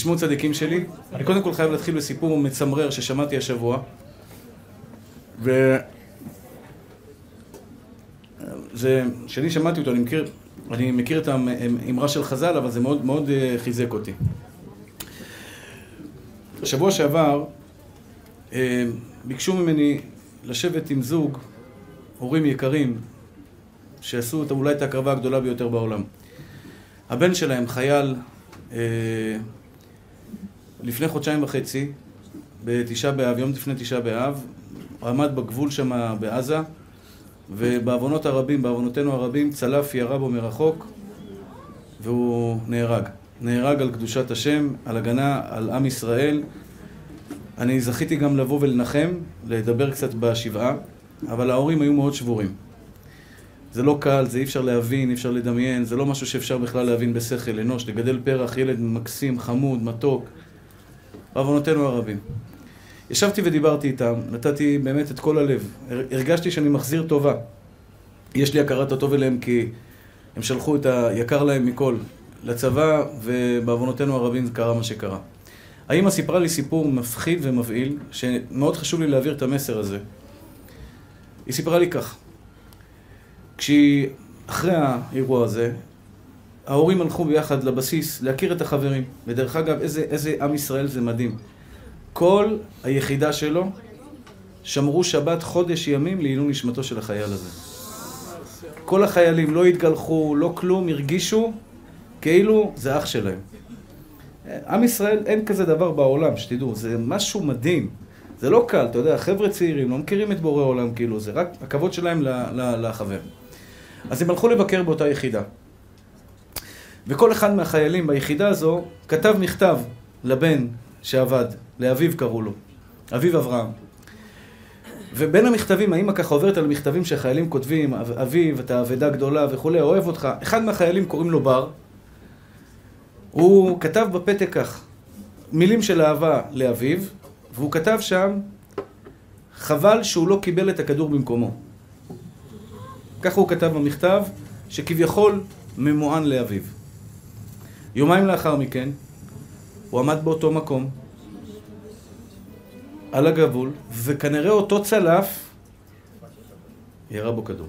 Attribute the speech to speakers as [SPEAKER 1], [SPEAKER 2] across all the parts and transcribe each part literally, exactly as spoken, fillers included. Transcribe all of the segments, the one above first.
[SPEAKER 1] תשמעו צדיקים שלי. אני קודם כל חייב להתחיל בסיפור מצמרר ששמעתי השבוע. ו... זה, שאני שמעתי אותו, אני מכיר, אני מכיר את האמרה של חז"ל, אבל זה מאוד, מאוד חיזק אותי. השבוע שעבר, ביקשו ממני לשבת עם זוג, הורים יקרים, שעשו אולי את ההקרבה הגדולה ביותר בעולם. הבן שלהם, חייל, לפני חודשיים וחצי, בתשעה באב, יום לפני תשעה באב, עמד בגבול שם בעזה, ובעוונות הרבים, בעוונותינו הרבים, צלף ירה בו מרחוק, והוא נהרג. נהרג על קדושת השם, על הגנה, על עם ישראל. אני זכיתי גם לבוא ולנחם, לדבר קצת בשבעה, אבל ההורים היו מאוד שבורים. זה לא קל, זה אי אפשר להבין, אי אפשר לדמיין, זה לא משהו שאפשר בכלל להבין בשכל אנוש, לגדל פרח, ילד מקסים, חמוד, מתוק, בעוונותינו הרבים. ישבתי ודיברתי איתם, נתתי באמת את כל הלב. הרגשתי שאני מחזיר טובה. יש לי הכרת הטוב אליהם כי הם שלחו את היקר להם מכל לצבא, ובעוונותינו הרבים קרה מה שקרה. האמא סיפרה לי סיפור מפחיד ומבהיל, שמאוד חשוב לי להעביר את המסר הזה. היא סיפרה לי כך. כשהיא, אחרי האירוע הזה, ההורים הלכו ביחד לבסיס להכיר את החברים. ודרך אגב, איזה, איזה עם ישראל זה מדהים. כל היחידה שלו שמרו שבת חודש ימים לעילוי נשמתו של החייל הזה. כל החיילים לא התגלחו, לא כלום, הרגישו כאילו זה אח שלהם. עם ישראל אין כזה דבר בעולם, שתדעו, זה משהו מדהים. זה לא קל, אתה יודע, חבר'ה צעירים לא מכירים את בורא העולם כאילו, זה רק הכבוד שלהם לחבר. אז הם הלכו לבקר באותה יחידה. וכל אחד מהחיילים ביחידה הזו כתב מכתב לבן שעבד, לאביו קראו לו, אביו אברהם. ובין המכתבים, האמא ככה עוברת על המכתבים שהחיילים כותבים, אביו, אתה אבדה גדולה וכו', אוהב אותך. אחד מהחיילים קוראים לו בר, הוא כתב בפתק כך, מילים של אהבה לאביו, והוא כתב שם, חבל שהוא לא קיבל את הכדור במקומו. ככה הוא כתב במכתב, שכביכול ממוען לאביו. יומיים לאחר מכן, הוא עמד באותו מקום, על הגבול, וכנראה אותו צלף ירה בו כדור.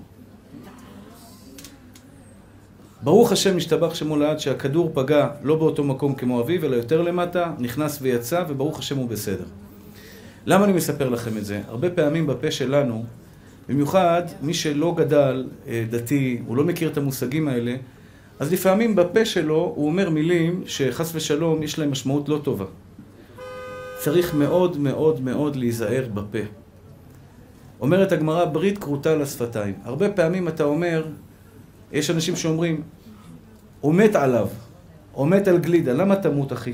[SPEAKER 1] ברוך השם משתבח שמו לעד שהכדור פגע לא באותו מקום כמו אביו, אלא יותר למטה, נכנס ויצא, וברוך השם הוא בסדר. למה אני מספר לכם את זה? הרבה פעמים בפה שלנו, במיוחד מי שלא גדל דתי, הוא לא מכיר את המושגים האלה, אז לפעמים בפה שלו הוא אומר מילים שחס ושלום יש להם משמעות לא טובה. צריך מאוד מאוד מאוד להיזהר בפה. אומרת הגמרא, ברית כרותה לשפתיים. הרבה פעמים אתה אומר, יש אנשים שאומרים, הוא מת עליו, הוא מת על גלידה, למה תמות אחי?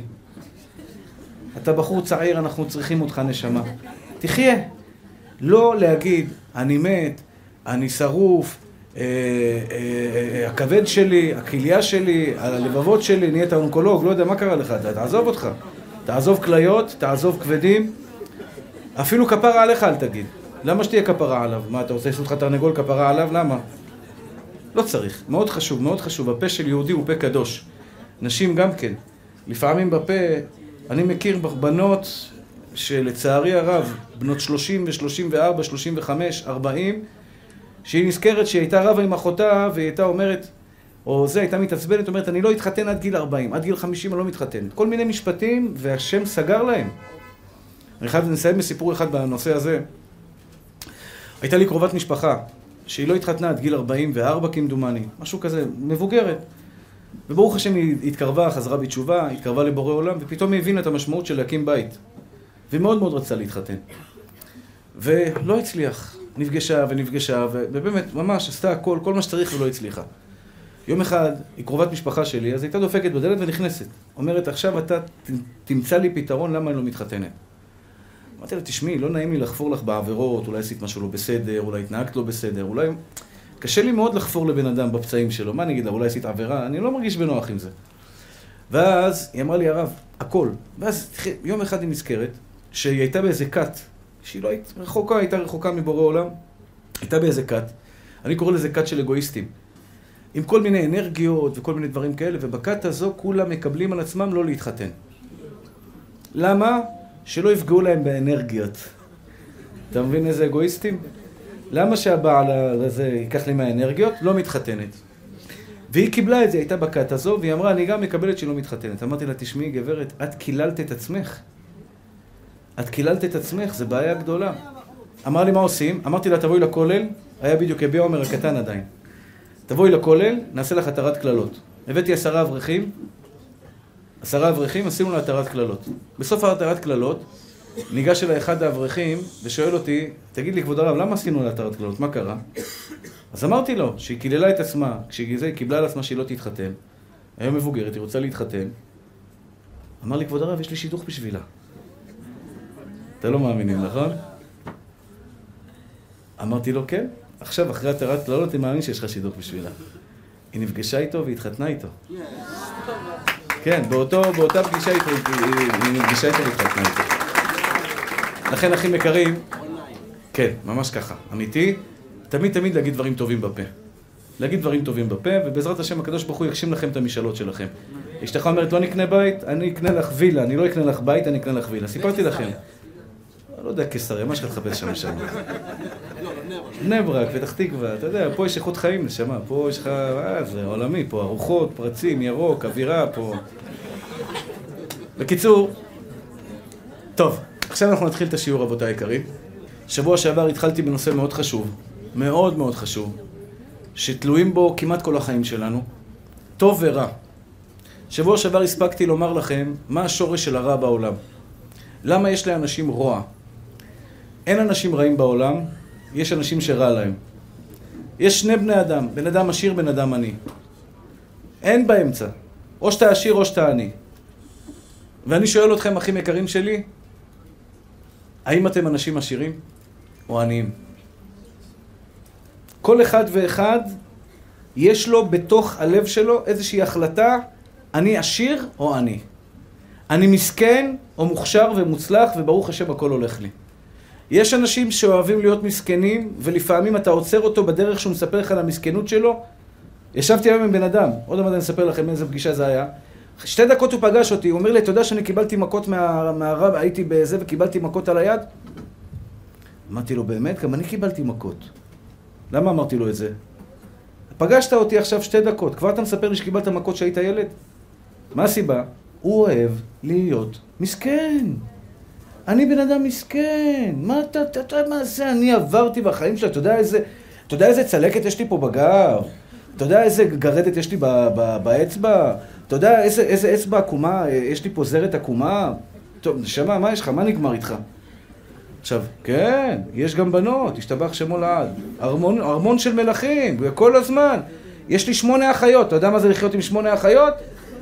[SPEAKER 1] אתה בחור צעיר, אנחנו צריכים אותך נשמה. תחיה. לא להגיד, אני מת, אני שרוף, אה, אה, אה, הכבד שלי, הכליה שלי, הלבבות שלי, נהיית אונקולוג, לא יודע מה קרה לך, תעזוב אותך. תעזוב כליות, תעזוב כבדים, אפילו כפרה עליך אל תגיד. למה שתהיה כפרה עליו? מה, אתה רוצה לעשות לך תרנגול כפרה עליו? למה? לא צריך. מאוד חשוב, מאוד חשוב. הפה של יהודי הוא פה קדוש. נשים גם כן. לפעמים בפה, אני מכיר בנות שלצערי הרב, בנות שלושים ושלושים וארבע, שלושים וחמש, ארבעים, שהיא נזכרת שהיא הייתה רבה עם אחותה והיא הייתה אומרת, או זה הייתה מתעצבנת, אומרת, אני לא אתחתן עד גיל ארבעים, עד גיל חמישים אני לא מתחתן. כל מיני משפטים, והשם סגר להם. אני חייב לסיים בסיפור אחד בנושא הזה. הייתה לי קרובת משפחה, שהיא לא התחתנה עד גיל ארבעים וארבע כמדומני, משהו כזה, מבוגרת. וברוך השם היא התקרבה, חזרה בתשובה, התקרבה לבורא עולם, ופתאום היא הבינה את המשמעות של להקים בית. ומאוד מאוד רצה להתחתן. ולא הצליח. נפגשה ונפגשה, ובאמת, ממש עשתה הכל, כל מה שצריך ולא הצליחה. יום אחד, היא קרובת משפחה שלי, אז הייתה דופקת בדלת ונכנסת. אומרת, עכשיו אתה תמצא לי פתרון למה אני לא מתחתנת. אמרתי לה, תשמעי, לא נעים לי לחפור לך בעבירות, אולי עשית משהו לא בסדר, אולי התנהגת לא בסדר, אולי... קשה לי מאוד לחפור לבן אדם בפצעים שלו. מה אני אגיד לה, אולי עשית עבירה? אני לא מרגיש בנוח עם זה. ואז היא אמרה לי, הרב, הכל. ואז יום אחד היא נזכרת, שהיא הייתה באיזה קט, שהיא לא הייתה רחוקה, הייתה רחוקה מבורא עולם, הייתה באיזה קט. אני קורא לזה קט של אגואיסטים. עם כל מיני אנרגיות וכל מיני דברים כאלה, ובקט הזו כולם מקבלים על עצמם לא להתחתן. למה? שלא יפגעו להם באנרגיות. אתה מבין איזה אגואיסטים? למה שהבעל הזה ייקח לי מהאנרגיות? לא מתחתנת. והיא קיבלה את זה, הייתה בכת הזו, והיא אמרה, אני גם מקבלת שהיא לא מתחתנת. אמרתי לה, תשמעי גברת, את קיללת את עצמך. את קיללת את עצמך, זה בעיה גדולה. אמר לי, מה עושים? אמרתי לה, תבואי לכולל, היה בדיוק הביע עומר הקטן עדיין. תבואי לכולל, נעשה לך התרת כללות. הבאתי עשרה אברכים, עשרה אברכים, עשינו לה התרת כללות. בסוף התרת כללות, ניגש אליי אחד האברכים ושואל אותי, תגיד לי כבוד הרב, למה עשינו לה התרת כללות? מה קרה? אז אמרתי לו, שהיא קיללה את עצמה, כשהיא קיבלה על עצמה שהיא לא תתחתן, היום מבוגרת, היא רוצה להתחתן. אמר לי, כבוד הרב, יש לי שידוך בשבילה. אתה לא מאמינים, נכון? אמרתי לו, כן. עכשיו, אחרי התרת כללות, אני מאמין שיש לך שידוך בשבילה. היא נפגשה איתו והתחתנה איתו. כן, באותו, באותה פגישה איתו, היא נפגשה איתו והתחתנה איתו. לכן, אחים יקרים, כן, ממש ככה, אמיתי, תמיד תמיד להגיד דברים טובים בפה. להגיד דברים טובים בפה, ובעזרת השם הקדוש ברוך הוא יגשים לכם את המשאלות שלכם. אשתך אומרת, לא נקנה בית, אני אקנה לך וילה, אני לא אקנה לך בית, אני אקנה לך וילה. סיפרתי לכם. לא יודע, קיסריה, מה שלך תחפש שם שם? בני ברק, פתח תקווה, אתה יודע, פה יש איכות חיים, נשמה, פה יש לך, אה, זה עולמי, פה ארוחות, פרצים, ירוק, אווירה, פה. בקיצור, טוב, עכשיו אנחנו נתחיל את השיעור, רבותיי היקרים. שבוע שעבר התחלתי בנושא מאוד חשוב, מאוד מאוד חשוב, שתלויים בו כמעט כל החיים שלנו, טוב ורע. שבוע שעבר הספקתי לומר לכם מה השורש של הרע בעולם. למה יש לאנשים רוע? אין אנשים רעים בעולם, יש אנשים שרע להם. יש שני בני אדם, בן אדם עשיר, בן אדם עני. אין באמצע. או שאתה עשיר או שאתה עני. ואני שואל אתכם, אחים יקרים שלי, האם אתם אנשים עשירים או עניים? כל אחד ואחד יש לו בתוך הלב שלו איזושהי החלטה, אני עשיר או עני. אני מסכן או מוכשר ומוצלח וברוך השם הכל הולך לי. יש אנשים שאוהבים להיות מסכנים ולפעמים אתה עוצר אותו בדרך שהוא מספר לך על המסכנות שלו. ישבתי היום עם בן אדם, עוד מעט אני אספר לכם איזה פגישה זה היה. שתי דקות הוא פגש אותי, הוא אומר לי, אתה יודע שאני קיבלתי מכות מה, מהרב, הייתי בזה וקיבלתי מכות על היד? אמרתי לו, באמת? גם אני קיבלתי מכות. למה אמרתי לו את זה? פגשת אותי עכשיו שתי דקות, כבר אתה מספר לי שקיבלת מכות שהיית ילד? מה הסיבה? הוא אוהב להיות מסכן. אני בן אדם מסכן. מה אתה, אתה, אתה, מה זה? אני עברתי בחיים שלה, אתה יודע איזה, אתה יודע איזה צלקת יש לי פה בגב? אתה יודע איזה גרדת יש לי ב, ב, באצבע? אתה יודע איזה, איזה אצבע עקומה, יש לי פה זרת עקומה? טוב, נשמה, מה יש לך? מה נגמר איתך? עכשיו, כן, יש גם בנות, השתבח שמו לעד. ארמון, ארמון של מלכים, כל הזמן. יש לי שמונה אחיות, אתה יודע מה זה לחיות עם שמונה אחיות?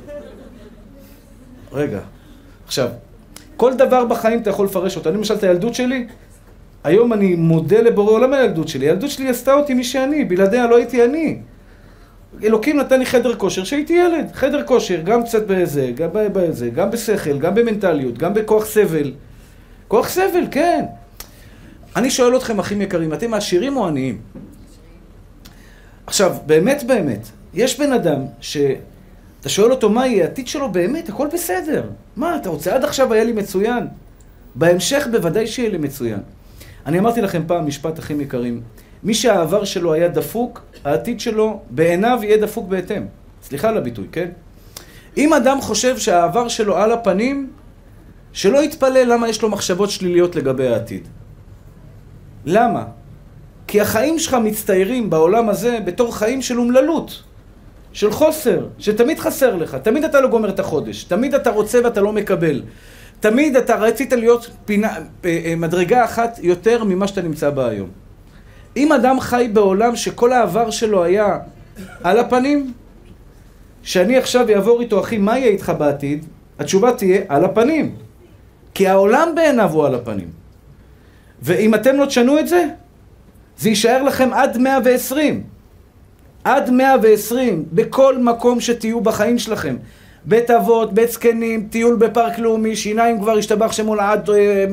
[SPEAKER 1] רגע, עכשיו, כל דבר בחיים אתה יכול לפרש אותו. אני למשל את הילדות שלי, היום אני מודה לבורא עולם הילדות שלי. הילדות שלי עשתה אותי מי שאני, בלעדיה לא הייתי אני. אלוקים נתן לי חדר כושר שהייתי ילד. חדר כושר, גם קצת בזה, גם בזה, גם בשכל, גם במנטליות, גם בכוח סבל. כוח סבל, כן. אני שואל אתכם, אחים יקרים, אתם עשירים או עניים? עכשיו, באמת באמת, יש בן אדם שאתה שואל אותו מה יהיה, העתיד שלו באמת, הכל בסדר. מה, אתה רוצה עד עכשיו היה לי מצוין? בהמשך בוודאי שיהיה לי מצוין. אני אמרתי לכם פעם משפט, אחים יקרים, מי שהעבר שלו היה דפוק, העתיד שלו בעיניו יהיה דפוק בהתאם. סליחה על הביטוי, כן? אם אדם חושב שהעבר שלו על הפנים, שלא יתפלא למה יש לו מחשבות שליליות לגבי העתיד. למה? כי החיים שלך מצטיירים בעולם הזה בתור חיים של אומללות, של חוסר, שתמיד חסר לך, תמיד אתה לא גומר את החודש, תמיד אתה רוצה ואתה לא מקבל, תמיד אתה רצית להיות פינה, מדרגה אחת יותר ממה שאתה נמצא בה היום. אם אדם חי בעולם שכל העבר שלו היה על הפנים, שאני עכשיו יעבור איתו, אחי, מה יהיה איתך בעתיד? התשובה תהיה על הפנים. כי העולם בעיניו הוא על הפנים. ואם אתם לא תשנו את זה, זה יישאר לכם עד מאה ועשרים. עד מאה ועשרים, בכל מקום שתהיו בחיים שלכם. בית אבות, בית זקנים, טיול בפארק לאומי, שיניים כבר השתבח שמו לעד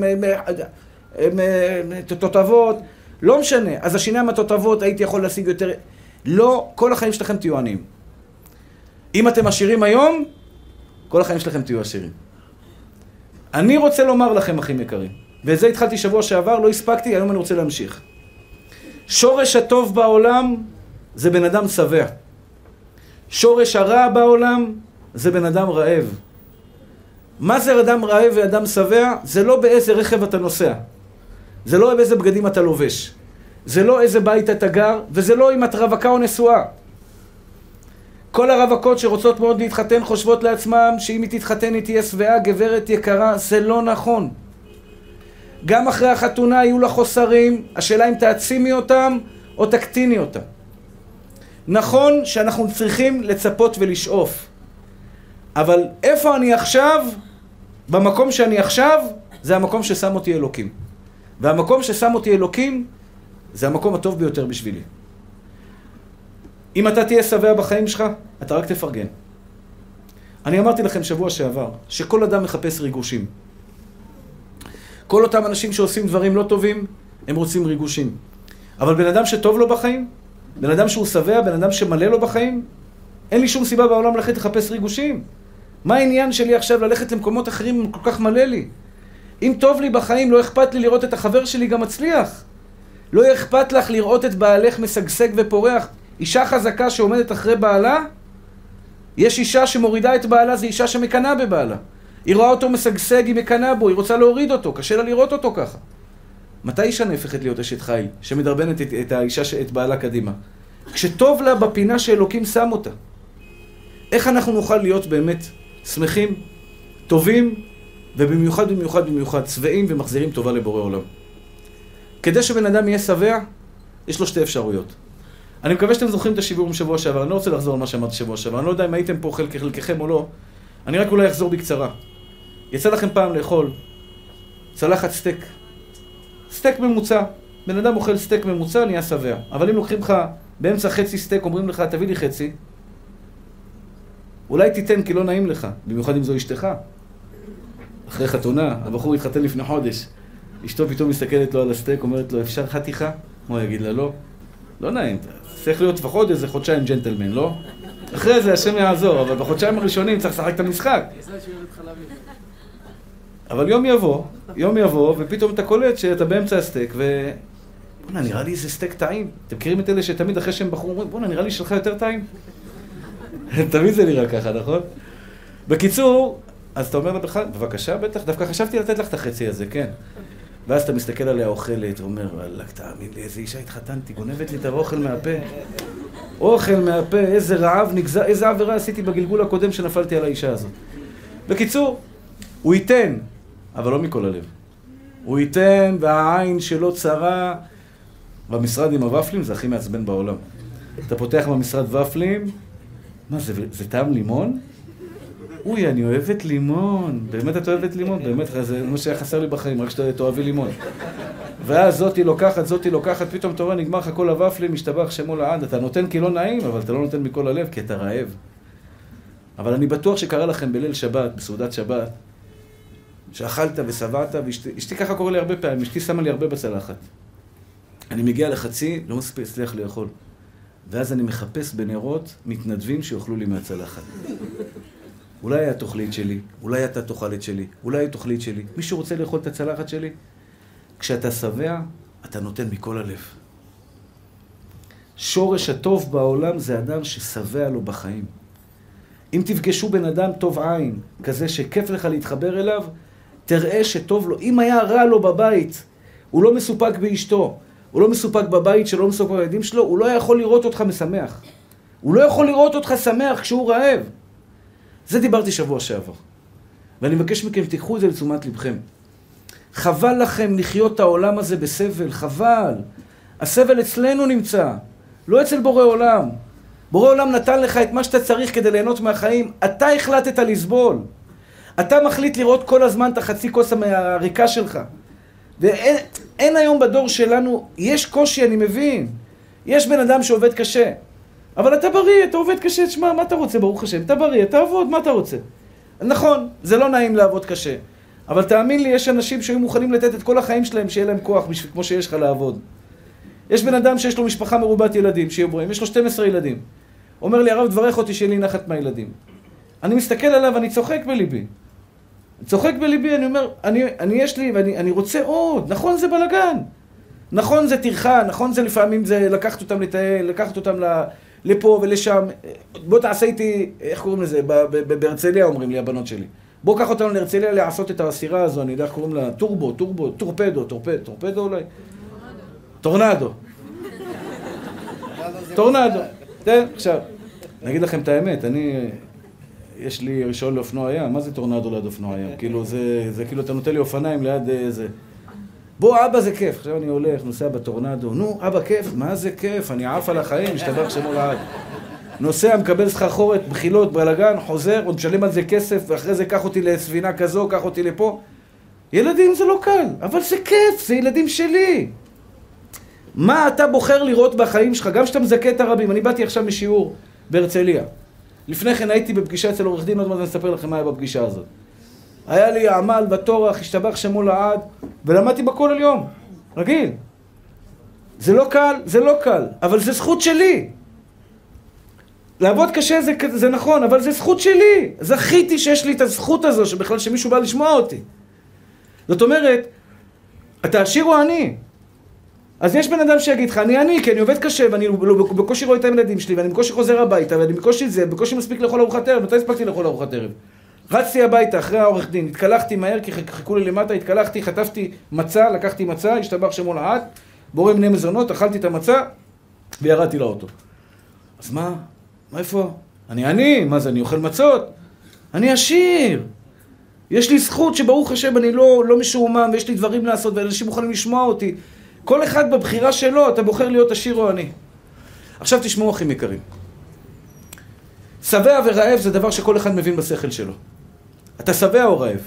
[SPEAKER 1] תותבות. לא משנה. אז השיניים התותבות הייתי יכול להשיג יותר. לא, כל החיים שלכם תהיו עניים. אם אתם עשירים היום, כל החיים שלכם תהיו עשירים. אני רוצה לומר לכם, אחים יקרים, ואת זה התחלתי שבוע שעבר, לא הספקתי, היום אני רוצה להמשיך. שורש הטוב בעולם זה בן אדם שבע. שורש הרע בעולם זה בן אדם רעב. מה זה אדם רעב ואדם שבע? זה לא באיזה רכב אתה נוסע. זה לא באיזה בגדים אתה לובש. זה לא איזה בית אתה גר, וזה לא אם את רווקה או נשואה. כל הרווקות שרוצות מאוד להתחתן חושבות לעצמם שאם היא תתחתן היא תהיה שבעה, גברת יקרה, זה לא נכון. גם אחרי החתונה יהיו לה חוסרים, השאלה אם תעצימי אותם או תקטיני אותם. נכון שאנחנו צריכים לצפות ולשאוף, אבל איפה אני עכשיו? במקום שאני עכשיו, זה המקום ששם אותי אלוקים. והמקום ששם אותי אלוקים, זה המקום הטוב ביותר בשבילי. אם אתה תהיה שבע בחיים שלך, אתה רק תפרגן. אני אמרתי לכם שבוע שעבר, שכל אדם מחפש ריגושים. כל אותם אנשים שעושים דברים לא טובים, הם רוצים ריגושים. אבל בן אדם שטוב לו בחיים, בן אדם שהוא שבע, בן אדם שמלא לו בחיים, אין לי שום סיבה בעולם ללכת לחפש ריגושים. מה העניין שלי עכשיו ללכת למקומות אחרים אם כל כך מלא לי? אם טוב לי בחיים, לא אכפת לי לראות את החבר שלי גם מצליח. לא אכפת לך לראות את בעלך משגשג ופורח. אישה חזקה שעומדת אחרי בעלה, יש אישה שמורידה את בעלה, זה אישה שמקנה בבעלה. היא רואה אותו משגשג, היא מקנה בו, היא רוצה להוריד אותו, קשה לה לראות אותו ככה. מתי אישה נהפכת להיות אשת חיל, שמדרבנת את, את האישה, את בעלה קדימה? כשטוב לה בפינה שאלוקים שם אותה. איך אנחנו נוכל להיות באמת שמחים, טובים, ובמיוחד במיוחד במיוחד צבעים ומחזירים טובה לבורא עולם? כדי שבן אדם יהיה שבע, יש לו שתי אפשרויות. אני מקווה שאתם זוכרים את השיעור משבוע שעבר, אני לא רוצה לחזור על מה שאמרתי שבוע שעבר, אני לא יודע אם הייתם פה חלק, חלקכם או לא, אני רק אולי אחזור בקצרה. יצא לכם פעם לאכול צלחת סטייק. סטייק ממוצע. בן אדם אוכל סטייק ממוצע, נהיה שבע. אבל אם לוקחים לך באמצע חצי סטייק, אומרים לך, תביא לי חצי, אולי תיתן כי לא נעים לך, במיוחד אם זו אשתך. אחרי חתונה, הבחור התחתן לפני חודש. אשתו פתאום מסתכלת לו על הסטייק, אומרת לו, אפשר חתיכה? הוא יגיד לה, לא. לא נעים, צריך להיות לפחות איזה חודשיים ג'נטלמן, לא? אחרי זה השם יעזור, אבל בחודשיים הראשונים צריך לשחק את המשחק. אבל יום יבוא, יום יבוא, ופתאום אתה קולט שאתה באמצע הסטייק, ו... בוא'נה, נראה לי איזה סטייק טעים. אתם מכירים את אלה שתמיד אחרי שהם בחרו, אומרים, בוא'נה, נראה לי שלך יותר טעים? תמיד זה נראה ככה, נכון? בקיצור, אז אתה אומר לבך, בבקשה, בטח, דווקא חשבתי לתת לך את החצי הזה, כן. ואז אתה מסתכל עליה אוכלת, ואומר, וואלה, תאמין לי, איזה אישה התחתנתי, גונבת לי את האוכל מהפה. אוכל מהפה, איזה רעב נגזר, איזה עבירה עשיתי בגלגול הקודם שנפלתי על האישה הזאת. בקיצור, הוא ייתן, אבל לא מכל הלב. הוא ייתן, והעין שלו צרה. במשרד עם הוואפלים זה הכי מעצבן בעולם. אתה פותח במשרד וואפלים, מה זה, זה טעם לימון? אוי, אני אוהבת לימון. באמת את אוהבת לימון? באמת, זה מה שהיה חסר לי בחיים, רק שאתה אוהבי לימון. ואז זאתי לוקחת, זאתי לוקחת, פתאום אתה רואה, נגמר לך כל הוואפלים, משתבח שמו לעד. אתה נותן כי לא נעים, אבל אתה לא נותן מכל הלב, כי אתה רעב. אבל אני בטוח שקרה לכם בליל שבת, בסעודת שבת, שאכלת ושבעת, ואשתי ככה קורה לי הרבה פעמים, אשתי שמה לי הרבה בצלחת. אני מגיע לחצי, לא מספיק הצליח לאכול. ואז אני מחפש בנרות מתנדבים שיאכלו לי מהצלחת. אולי היה תוכלית שלי, אולי אתה תאכלת שלי, אולי היה תוכלית שלי. מישהו רוצה לאכול את הצלחת שלי? כשאתה שבע, אתה נותן מכל הלב. שורש הטוב בעולם זה אדם ששבע לו בחיים. אם תפגשו בן אדם טוב עין, כזה שכיף לך להתחבר אליו, תראה שטוב לו. אם היה רע לו בבית, הוא לא מסופק באשתו, הוא לא מסופק בבית שלו, לא מסופק בילדים שלו, הוא לא יכול לראות אותך משמח. הוא לא יכול לראות אותך שמח כשהוא רעב. זה דיברתי שבוע שעבר. ואני מבקש מכם, תיקחו את זה לתשומת לבכם. חבל לכם לחיות את העולם הזה בסבל, חבל. הסבל אצלנו נמצא, לא אצל בורא עולם. בורא עולם נתן לך את מה שאתה צריך כדי ליהנות מהחיים. אתה החלטת לסבול. אתה מחליט לראות כל הזמן את החצי כוס הריקה שלך. ואין אין היום בדור שלנו, יש קושי, אני מבין. יש בן אדם שעובד קשה. אבל אתה בריא, אתה עובד קשה, תשמע, מה אתה רוצה, ברוך השם? אתה בריא, אתה עבוד, מה אתה רוצה? נכון, זה לא נעים לעבוד קשה. אבל תאמין לי, יש אנשים שהיו מוכנים לתת את כל החיים שלהם, שיהיה להם כוח, כמו שיש לך לעבוד. יש בן אדם שיש לו משפחה מרובת ילדים, שיהיו ברואים, יש לו שנים עשר ילדים. אומר לי, הרב, דברך אותי שיהיה לי נחת מהילדים. אני מסתכל עליו, אני צוחק בליבי. צוחק בליבי, אני אומר, אני, אני יש לי ואני אני רוצה עוד, נכון זה בלגן, נכון זה טרחה, נכון זה לפעמים זה לקחת אותם לטייל, לקחת אותם לפה ולשם, בוא תעשה איתי, איך קוראים לזה, בהרצליה אומרים לי הבנות שלי, בוא קח אותנו להרצליה לעשות את הסירה הזו, אני יודע איך קוראים לה, טורבו, טורבו, טורפדו, טורפדו, טורפדו אולי? טורנדו. טורנדו. תן, עכשיו, אני אגיד לכם את האמת, אני, יש לי רישיון לאופנוע ים, מה זה טורנדו ליד אופנוע ים? כאילו זה, זה כאילו אתה נותן לי אופניים ליד איזה... בוא אבא זה כיף, עכשיו אני הולך, נוסע בטורנדו, נו אבא כיף, מה זה כיף? אני עף על החיים, משתבח שמו לעד. נוסע, מקבל סחרחורת, בחילות, בלגן, חוזר, עוד משלם על זה כסף, ואחרי זה קח אותי לספינה כזו, קח אותי לפה. ילדים זה לא קל, אבל זה כיף, זה ילדים שלי. מה אתה בוחר לראות בחיים שלך, גם שאתה מזכה את הרבים. אני באתי עכשיו משיעור בהרצליה. לפני כן הייתי בפגישה אצל עורך דין, עוד מעט אני אספר לכם מה היה בפגישה הזאת. היה לי עמל בתורח, השתבח שמו לעד, ולמדתי בכל על יום. רגיל. זה לא קל, זה לא קל, אבל זה זכות שלי. לעבוד קשה זה, זה נכון, אבל זה זכות שלי. זכיתי שיש לי את הזכות הזו, שבכלל שמישהו בא לשמוע אותי. זאת אומרת, אתה עשיר או עני? אז יש בן אדם שיגיד לך, אני עני, כי אני עובד קשה, ואני בקושי רואה את הילדים שלי, ואני בקושי חוזר הביתה, ואני בקושי זה, בקושי מספיק לאכול ארוחת ערב. מתי הספקתי לאכול ארוחת ערב? רצתי הביתה אחרי העורך דין, התקלחתי מהר, כי חיכו לי למטה, התקלחתי, חטפתי מצה, לקחתי מצה, השתבח שמו לעד, בורא בני מזונות, אכלתי את המצה, וירדתי לאוטו. אז מה? מה איפה? אני עני, מה זה, אני אוכל מצות? אני עשיר. יש לי זכות שברוך השם אני לא, לא משועמם, ויש לי דברים לעשות, ואנשים מוכנים לשמוע אותי. כל אחד בבחירה שלו, אתה בוחר להיות עשיר או עני. עכשיו תשמעו אחים יקרים. שבע ורעב זה דבר שכל אחד מבין בשכל שלו. אתה שבע או רעב?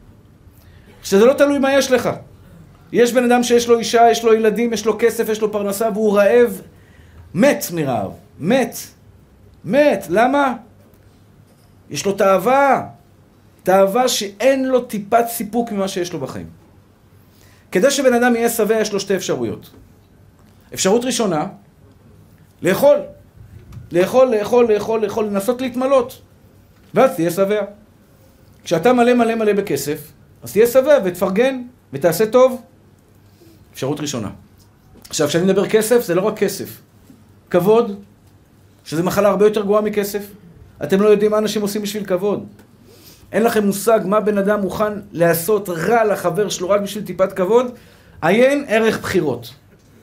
[SPEAKER 1] שזה לא תלוי מה יש לך. יש בן אדם שיש לו אישה, יש לו ילדים, יש לו כסף, יש לו פרנסה, והוא רעב, מת מרעב. מת. מת. למה? יש לו תאווה. תאווה שאין לו טיפת סיפוק ממה שיש לו בחיים. כדי שבן אדם יהיה שבע, יש לו שתי אפשרויות. אפשרות ראשונה, לאכול. לאכול, לאכול, לאכול, לאכול, לנסות להתמלות. ואז תהיה שבע. כשאתה מלא מלא מלא בכסף, אז תהיה שבע ותפרגן ותעשה טוב. אפשרות ראשונה. עכשיו, כשאני מדבר כסף, זה לא רק כסף. כבוד, שזה מחלה הרבה יותר גרועה מכסף. אתם לא יודעים מה אנשים עושים בשביל כבוד. אין לכם מושג מה בן אדם מוכן לעשות רע לחבר שלו רק בשביל טיפת כבוד. עיין ערך בחירות.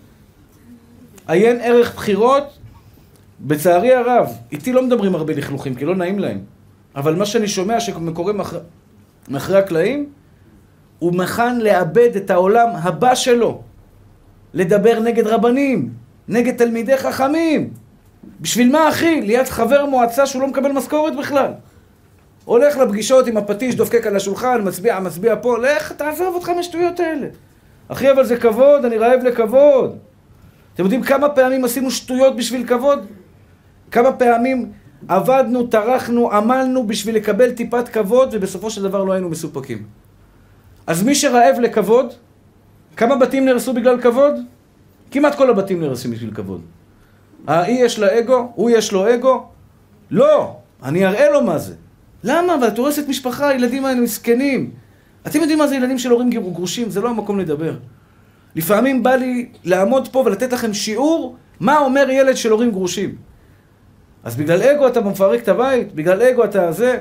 [SPEAKER 1] עיין ערך בחירות, בצערי הרב, איתי לא מדברים הרבה לכלוכים, כי לא נעים להם. אבל מה שאני שומע שקורה מאחרי, מאחרי הקלעים, הוא מכן לאבד את העולם הבא שלו. לדבר נגד רבנים, נגד תלמידי חכמים. בשביל מה אחי? ליד חבר מועצה שהוא לא מקבל משכורת בכלל. הולך לפגישות עם הפטיש, דופקק על השולחן, מצביע, מצביע פה, לך, תעזוב אותך מהשטויות האלה. אחי, אבל זה כבוד, אני רעב לכבוד. אתם יודעים כמה פעמים עשינו שטויות בשביל כבוד? כמה פעמים עבדנו, טרחנו, עמלנו בשביל לקבל טיפת כבוד, ובסופו של דבר לא היינו מסופקים. אז מי שרעב לכבוד, כמה בתים נרסו בגלל כבוד? כמעט כל הבתים נרסים בשביל כבוד. ההיא יש לה אגו, הוא יש לו אגו? לא, אני אראה לו מה זה. למה? אבל את הורסת משפחה, הילדים האלה מסכנים. אתם יודעים מה זה ילדים של הורים גרושים? זה לא המקום לדבר. לפעמים בא לי לעמוד פה ולתת לכם שיעור מה אומר ילד של הורים גרושים. אז בגלל אגו אתה מפרק את הבית, בגלל אגו אתה זה.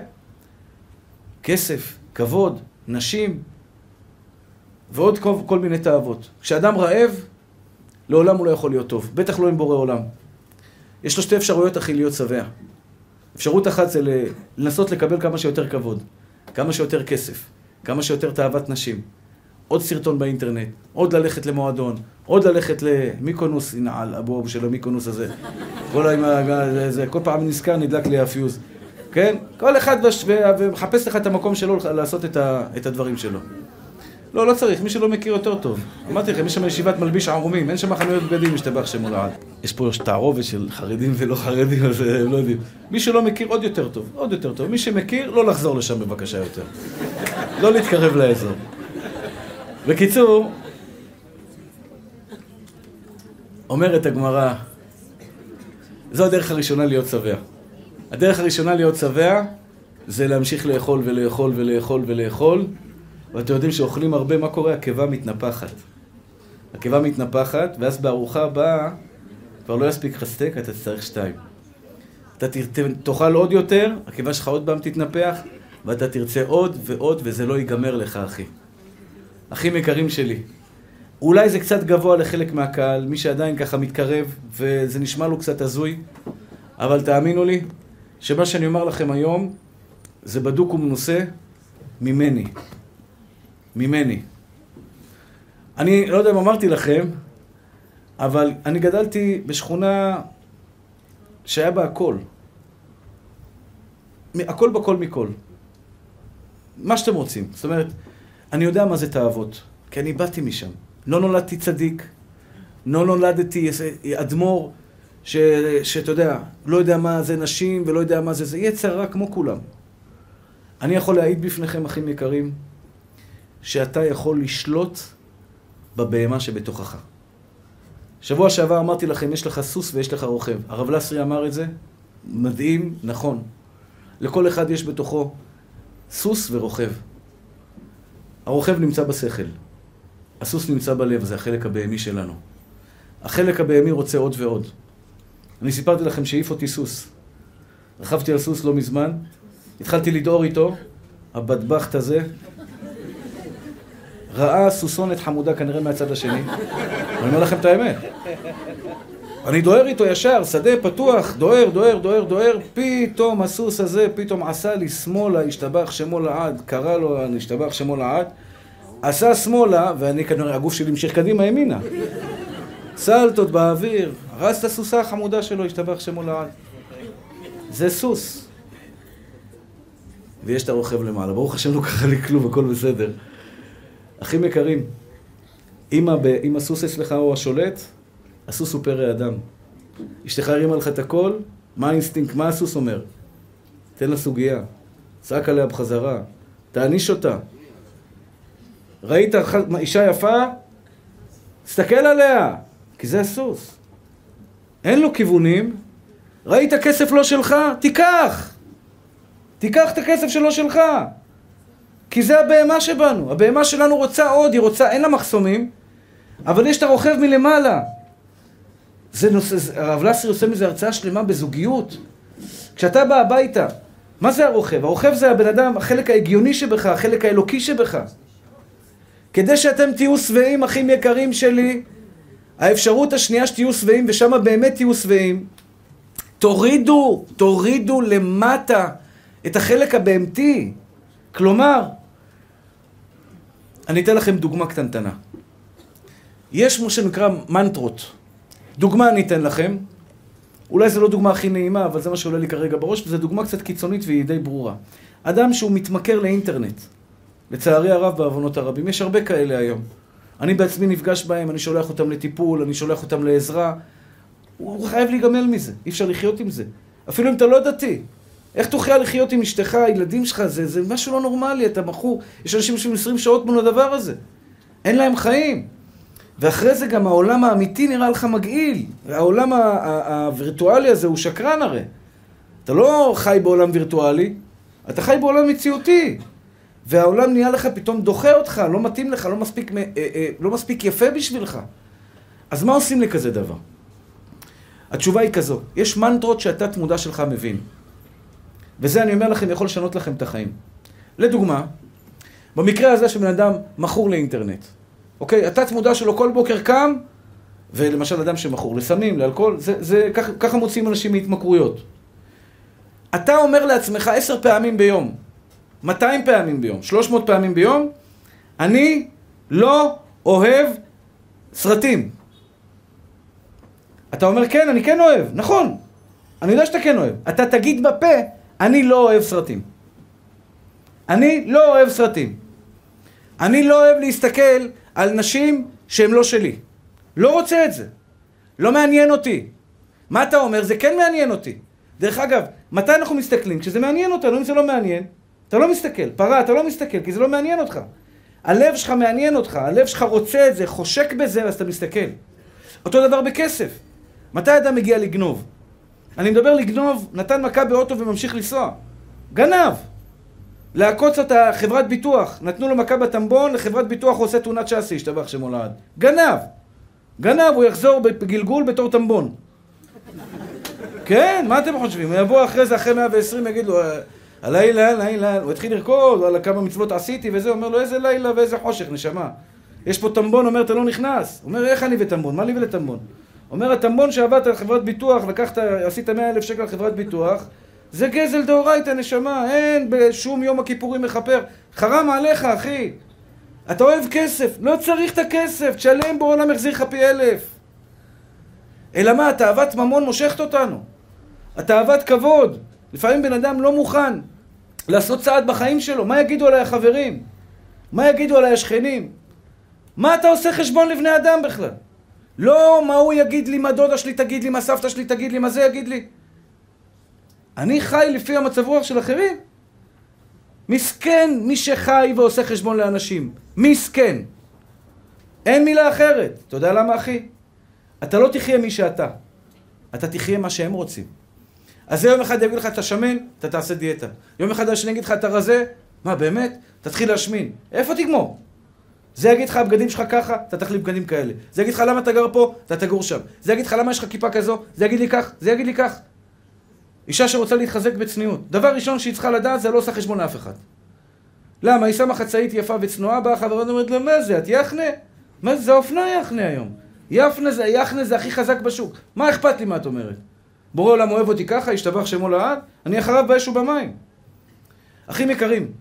[SPEAKER 1] כסף, כבוד, נשים, ועוד כל, כל מיני תאוות. כשאדם רעב, לעולם הוא לא יכול להיות טוב. בטח לא עם בורא עולם. יש לו שתי אפשרויות אחי להיות שבע. אפשרות אחת זה לנסות לקבל כמה שיותר כבוד, כמה שיותר כסף, כמה שיותר תאוות נשים. עוד סרטון באינטרנט, עוד ללכת למועדון, עוד ללכת למיקונוס, הנה על אבו אבו של המיקונוס הזה. כל, זה, כל פעם נזכר נדלק לי הפיוז. כן? כל אחד ומחפש לך את המקום שלו לעשות את, ה, את הדברים שלו. לא, לא צריך, מי שלא מכיר יותר טוב. אמרתי לכם, יש שם ישיבת מלביש ערומים, אין שם חנויות בגדים, משתבח שמו לעד. יש פה תערובת של חרדים ולא חרדים, אז הם לא יודעים. מי שלא מכיר, עוד יותר טוב, עוד יותר טוב. מי שמכיר, לא לחזור לשם בבקשה יותר. לא להתקרב לאזור. בקיצור, אומרת הגמרא, זו הדרך הראשונה להיות שבע. הדרך הראשונה להיות שבע, זה להמשיך לאכול ולאכול ולאכול ולאכול, ואתם יודעים שאוכלים הרבה, מה קורה? הקיבה מתנפחת. הקיבה מתנפחת, ואז בארוחה הבאה כבר לא יספיק לך סטייק, אתה צריך שתיים. אתה תאכל עוד יותר, הקיבה שלך עוד פעם תתנפח, ואתה תרצה עוד ועוד, וזה לא ייגמר לך, אחי. אחים יקרים שלי. אולי זה קצת גבוה לחלק מהקהל, מי שעדיין ככה מתקרב, וזה נשמע לו קצת הזוי, אבל תאמינו לי, שמה שאני אומר לכם היום, זה בדוק ומנוסה ממני. ממני. אני לא יודע אם אמרתי לכם, אבל אני גדלתי בשכונה שהיה בה הכל. הכל בכל מכל. מה שאתם רוצים. זאת אומרת, אני יודע מה זה תאוות, כי אני באתי משם. לא נולדתי צדיק, לא נולדתי אדמו"ר, ש, שאתה יודע, לא יודע מה זה נשים ולא יודע מה זה, זה יצר רע כמו כולם. אני יכול להעיד בפניכם, אחים יקרים, שאתה יכול לשלוט בבהמה שבתוכך. שבוע שעבר אמרתי לכם, יש לך סוס ויש לך רוכב. הרב לסרי אמר את זה, מדהים, נכון. לכל אחד יש בתוכו סוס ורוכב. הרוכב נמצא בשכל. הסוס נמצא בלב, זה החלק הבהמי שלנו. החלק הבהמי רוצה עוד ועוד. אני סיפרתי לכם שהעיף אותי סוס. רכבתי על סוס לא מזמן, התחלתי לדהור איתו, הבטבחת הזה, ראה סוסונת חמודה כנראה מהצד השני. אני אומר לכם את האמת. אני דוהר איתו ישר, שדה פתוח, דוהר, דוהר, דוהר, דוהר, פתאום הסוס הזה, פתאום עשה לי שמאלה, השתבח שמו לעד, קרא לו, השתבח שמו לעד, עשה שמאלה, ואני כנראה, הגוף שלי המשיך קדימה ימינה. סלטות באוויר, הרס את הסוסה החמודה שלו, השתבח שמו לעד. זה סוס. ויש את הרוכב למעלה, ברוך השם לא קרה לי כלום, הכל בסדר. אחים יקרים, אם, הב... אם הסוס אצלך הוא השולט, הסוס הוא פרא אדם. אשתך הרימה לך את הכל, מה האינסטינקט, מה הסוס אומר? תן לה סוגיה, צעק עליה בחזרה, תעניש אותה. ראית אישה יפה? תסתכל עליה, כי זה הסוס. אין לו כיוונים. ראית כסף לא שלך? תיקח! תיקח את הכסף שלא שלך. כי זה הבהמה שבנו. הבהמה שלנו רוצה עוד, היא רוצה, אין לה מחסומים, אבל יש את הרוכב מלמעלה. זה נושא, הרב לסרי עושה מזה הרצאה שלמה בזוגיות. כשאתה בא הביתה, מה זה הרוכב? הרוכב זה הבן אדם, החלק ההגיוני שבך, החלק האלוקי שבך. כדי שאתם תהיו שבעים, אחים יקרים שלי, האפשרות השנייה שתהיו שבעים, ושמה באמת תהיו שבעים, תורידו, תורידו למטה את החלק הבהמתי. כלומר, אני אתן לכם דוגמה קטנטנה. יש מה שנקרא מנטרות. דוגמה אני אתן לכם. אולי זו לא דוגמה הכי נעימה, אבל זה מה שעולה לי כרגע בראש, וזו דוגמה קצת קיצונית והיא די ברורה. אדם שהוא מתמכר לאינטרנט. לצערי הרב בעוונות הרבים. יש הרבה כאלה היום. אני בעצמי נפגש בהם, אני שולח אותם לטיפול, אני שולח אותם לעזרה. הוא חייב להיגמל מזה, אי אפשר לחיות עם זה. אפילו אם אתה לא דתי. איך תוכל לחיות עם אשתך, הילדים שלך, זה, זה משהו לא נורמלי, אתה מכור. יש אנשים שהם עשרים שעות מול הדבר הזה. אין להם חיים. ואחרי זה גם העולם האמיתי נראה לך מגעיל. העולם הווירטואלי הזה הוא שקרן הרי. אתה לא חי בעולם וירטואלי, אתה חי בעולם מציאותי. והעולם נהיה לך פתאום דוחה אותך, לא מתאים לך, לא מספיק, אה, אה, לא מספיק יפה בשבילך. אז מה עושים לכזה דבר? התשובה היא כזו, יש מנטרות שהתת מודע שלך מבין. וזה אני אומר לכם, יכול לשנות לכם את החיים. לדוגמה, במקרה הזה שבן אדם מכור לאינטרנט. אוקיי? התת מודע שלו כל בוקר קם, ולמשל אדם שמכור לסמים, לאלכוהול, זה, זה, ככה, ככה מוצאים אנשים מהתמכרויות. אתה אומר לעצמך עשר פעמים ביום, מאתיים פעמים ביום, שלוש מאות פעמים ביום, אני לא אוהב סרטים. אתה אומר, כן, אני כן אוהב. נכון. אני יודע שאתה כן אוהב. אתה תגיד בפה, אני לא אוהב סרטים. אני לא אוהב סרטים. אני לא אוהב להסתכל על נשים שהן לא שלי. לא רוצה את זה. לא מעניין אותי. מה אתה אומר? זה כן מעניין אותי. דרך אגב, מתי אנחנו מסתכלים? כשזה מעניין אותנו, אם זה לא מעניין, אתה לא מסתכל. פרה, אתה לא מסתכל, כי זה לא מעניין אותך. הלב שלך מעניין אותך. הלב שלך רוצה את זה, חושק בזה, אז אתה מסתכל. אותו דבר בכסף. מתי אדם מגיע לגנוב? אני מדבר לגנוב, נתן מכה באוטו וממשיך לנסוע. גנב. לעקוץ אותה חברת ביטוח. נתנו לו מכה בטמבון, לחברת ביטוח הוא עושה תאונת שסי, השתבח שמו לעד. גנב. גנב, הוא יחזור בגלגול בתור טמבון. כן, מה אתם חושבים? הוא יבוא אחרי זה, אחרי מאה ועשרים, יגיד לו, הלילה, הלילה, הוא התחיל לרקוד, על כמה מצוות עשיתי וזה, הוא אומר לו, איזה לילה ואיזה חושך, נשמה. יש פה טמבון, אומר, אתה לא נכנס. הוא אומר, איך אני וטמבון? מה לי ולטמבון? אומר, הטמבון שעבדת על חברת ביטוח, לקחת, עשית מאה אלף שקל על חברת ביטוח, זה גזל דאורייתא, נשמה, אין בשום יום הכיפורים מחפר. חרם עליך, אחי. אתה אוהב כסף, לא צריך את הכסף, תשלם בעולם החזיר לך פי אלף. אלא מה, התאוות ממון מושכת אותנו. התאוות כבוד. לפעמים בן אדם לא מוכן לעשות צעד בחיים שלו. מה יגידו עליי החברים? מה יגידו עליי השכנים? מה אתה עושה חשבון לבני אדם בכלל? לא מה הוא יגיד לי, מה דודה שלי תגיד לי, מה סבתא שלי תגיד לי, מה זה יגיד לי. אני חי לפי המצב רוח של אחרים. מסכן מי שחי ועושה חשבון לאנשים. מסכן. אין מילה אחרת. אתה יודע למה, אחי? אתה לא תחיה מי שאתה. אתה תחיה מה שהם רוצים. אז יום אחד יגיד לך, אתה שמן, אתה תעשה דיאטה. יום אחד השני יגיד לך, אתה רזה, מה באמת? תתחיל להשמין. איפה תגמור? זה יגיד לך, הבגדים שלך ככה, אתה תחליף בגדים כאלה. זה יגיד לך, למה אתה גר פה, אתה תגור שם. זה יגיד לך, למה יש לך כיפה כזו, זה יגיד לי כך, זה יגיד לי כך. אישה שרוצה להתחזק בצניעות. דבר ראשון שהיא צריכה לדעת, זה לא עושה חשבון לאף אחד. למה? היא שמה חצאית יפה וצנועה, באה חברה אומרת לה, מה זה? את יחנה? מה זה? זה אופנה יחנה היום. יפנה זה, יחנה זה הכי חזק בשוק. מה אכפת לי מה את אומרת? בורא עולם אוהב אותי ככה, ישתבח שמו לעד, אני אחריו באש ובמים. אחים יקרים,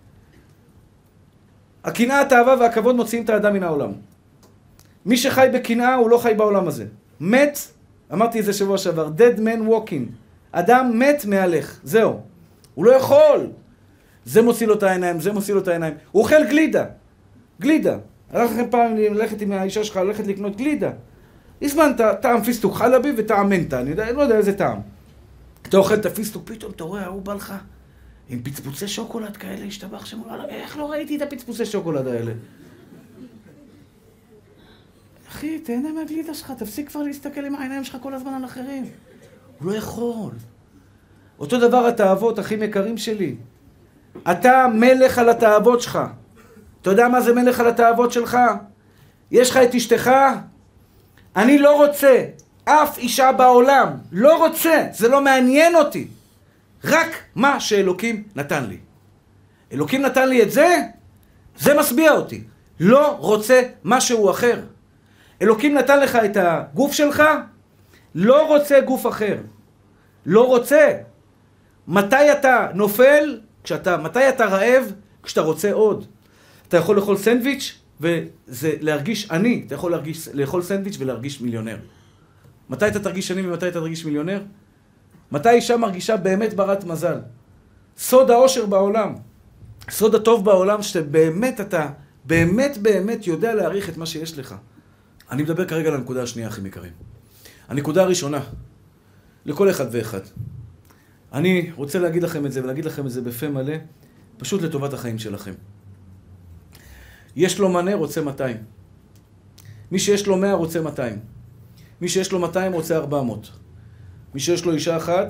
[SPEAKER 1] הקנאה, התאווה והכבוד מוציאים את האדם מן העולם. מי שחי בקנאה הוא לא חי בעולם הזה. מת, אמרתי את זה שבוע שעבר, dead man walking. אדם מת מהלך, זהו. הוא לא יכול. זה מוציא לו את העיניים, זה מוציא לו את העיניים. הוא אוכל גלידה. גלידה. הלך לכם פעם ללכת עם האישה שלך, ללכת לקנות גלידה. הזמנת טעם פיסטוק חלבי וטעם מנטה, אני יודע, לא יודע איזה טעם. אתה אוכל את הפיסטוק, פתאום אתה רואה, הוא בא לך עם פצפוצי שוקולד כאלה, השתבח שם, איך לא ראיתי את הפצפוצי שוקולד האלה? אחי, תהנה מהגלידה שלך, תפסיק כבר להסתכל עם העיניים שלך כל הזמן על אחרים. הוא לא יכול. אותו דבר התאוות, אחים יקרים שלי. אתה מלך על התאוות שלך. אתה יודע מה זה מלך על התאוות שלך? יש לך את אשתך? אני לא רוצה אף אישה בעולם. לא רוצה. זה לא מעניין אותי. רק מה שאלוקים נתן לי. אלוקים נתן לי את זה? זה משביע אותי. לא רוצה משהו אחר. אלוקים נתן לך את הגוף שלך? לא רוצה גוף אחר. לא רוצה. מתי אתה נופל? כשאתה, מתי אתה רעב? כשאתה רוצה עוד. אתה יכול לאכול סנדוויץ' וזה להרגיש עני. אתה יכול להרגיש, לאכול סנדוויץ' ולהרגיש מיליונר. מתי אתה תרגיש עני ומתי אתה תרגיש מיליונר? מתי אישה מרגישה באמת ברת מזל? סוד האושר בעולם. סוד הטוב בעולם שבאמת אתה, באמת באמת יודע להעריך את מה שיש לך. אני מדבר כרגע על הנקודה השנייה, אחים יקרים. הנקודה הראשונה, לכל אחד ואחד. אני רוצה להגיד לכם את זה ולהגיד לכם את זה בפה מלא, פשוט לטובת החיים שלכם. יש לו מנה, רוצה מאתיים. מי שיש לו מאה, רוצה מאתיים. מי שיש לו מאתיים, רוצה ארבע מאות. מי שיש לו אישה אחת,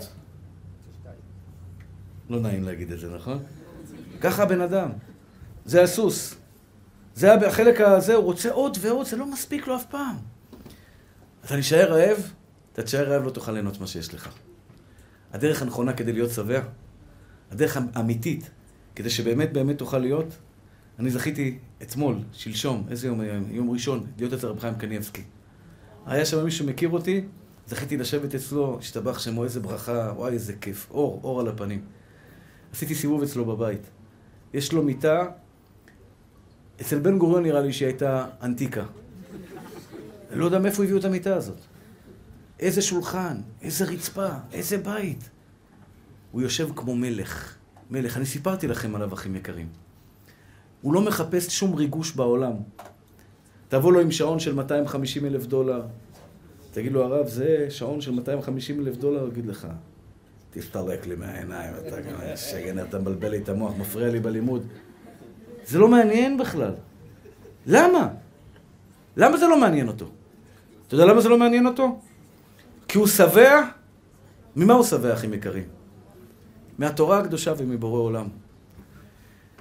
[SPEAKER 1] לא נעים להגיד את זה, נכון? ככה הבן אדם. זה הסוס. זה החלק הזה, הוא רוצה עוד ועוד, זה לא מספיק לו אף פעם. אתה נשאר רעב, אתה תשאר רעב, לא תוכל ליהנות מה שיש לך. הדרך הנכונה כדי להיות שבע, הדרך האמיתית, כדי שבאמת באמת תוכל להיות, אני זכיתי אתמול, שלשום, איזה יום היום? יום ראשון, להיות אצל רב חיים קניבסקי. היה שם מישהו מכיר אותי, זכיתי לשבת אצלו, השתבח שמו, איזה ברכה, וואי איזה כיף, אור, אור על הפנים. עשיתי סיבוב אצלו בבית. יש לו מיטה, אצל בן גוריון נראה לי שהיא הייתה אנטיקה. אני לא יודע מאיפה הביאו את המיטה הזאת. איזה שולחן, איזה רצפה, איזה בית. הוא יושב כמו מלך. מלך, אני סיפרתי לכם עליו, אחים יקרים. הוא לא מחפש שום ריגוש בעולם. תבוא לו עם שעון של מאתיים וחמישים אלף דולר. תגיד לו, הרב, זה שעון של מאתיים וחמישים אלף דולר, הוא יגיד לך, תסתלק לי מהעיניים, אתה גם שגן, אתה מבלבל לי את המוח, מפריע לי בלימוד. זה לא מעניין בכלל. למה? למה זה לא מעניין אותו? אתה יודע למה זה לא מעניין אותו? כי הוא שבע. ממה הוא שבע, אחים יקרים? מהתורה הקדושה ומבורא עולם.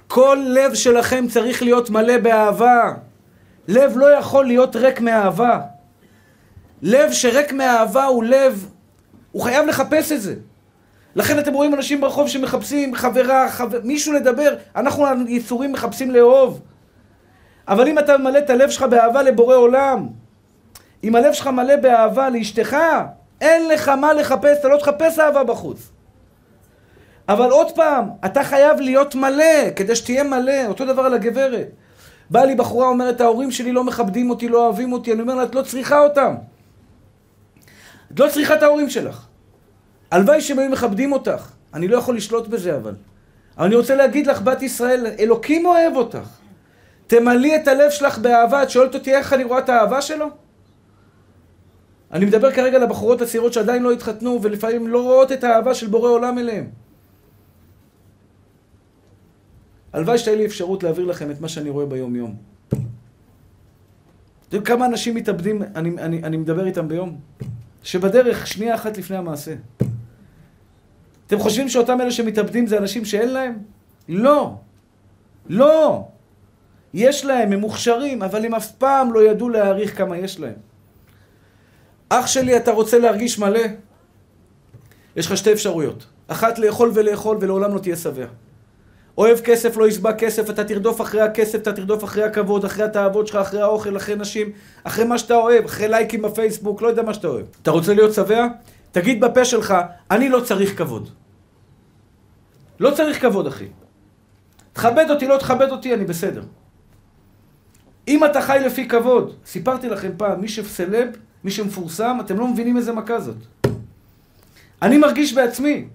[SPEAKER 1] כל לב שלכם צריך להיות מלא באהבה. לב לא יכול להיות ריק מאהבה. לב שריק מאהבה הוא לב, הוא חייב לחפש את זה. לכן אתם רואים אנשים ברחוב שמחפשים חברה, חבר, מישהו לדבר. אנחנו יצורים מחפשים לאהוב. אבל אם אתה מלא את הלב שלך באהבה לבורא עולם, אם הלב שלך מלא באהבה לאשתך, אין לך מה לחפש, אתה לא תחפש אהבה בחוץ. אבל עוד פעם, אתה חייב להיות מלא, כדי שתהיה מלא. אותו דבר על הגברת. באה לי בחורה, אומרת, ההורים שלי לא מכבדים אותי, לא אוהבים אותי. אני אומר לה, את לא צריכה אותם. את לא צריכה את ההורים שלך. הלוואי שהם היו מכבדים אותך. אני לא יכול לשלוט בזה, אבל. אבל אני רוצה להגיד לך, בת ישראל, אלוקים אוהב אותך. תמלאי את הלב שלך באהבה. את שואלת אותי איך אני רואה את האהבה שלו? אני מדבר כרגע לבחורות הצעירות שעדיין לא התחתנו, ולפעמים לא רואות את האהבה של בורא עולם אליהם. הלוואי שתהיה לי אפשרות להעביר לכם את מה שאני רואה ביום יום. אתם יודעים כמה אנשים מתאבדים, אני, אני, אני מדבר איתם ביום? שבדרך שנייה אחת לפני המעשה. אתם חושבים שאותם אלה שמתאבדים זה אנשים שאין להם? לא. לא. יש להם, הם מוכשרים, אבל הם אף פעם לא ידעו להעריך כמה יש להם. אח שלי, אתה רוצה להרגיש מלא? יש לך שתי אפשרויות. אחת, לאכול ולאכול ולעולם לא תהיה שבע. אוהב כסף, לא ישבע כסף, אתה תרדוף אחרי הכסף, אתה תרדוף אחרי הכבוד, אחרי התאוות שלך, אחרי האוכל, אחרי נשים, אחרי מה שאתה אוהב, אחרי לייקים בפייסבוק, לא יודע מה שאתה אוהב. אתה רוצה להיות שבע? תגיד בפה שלך, אני לא צריך כבוד. לא צריך כבוד, אחי. תכבד אותי, לא תכבד אותי, אני בסדר. אם אתה חי לפי כבוד, סיפרתי לכם פעם, מי שסלב, מי שמפורסם, אתם לא מבינים איזה מכה זאת. אני מרגיש בעצמי.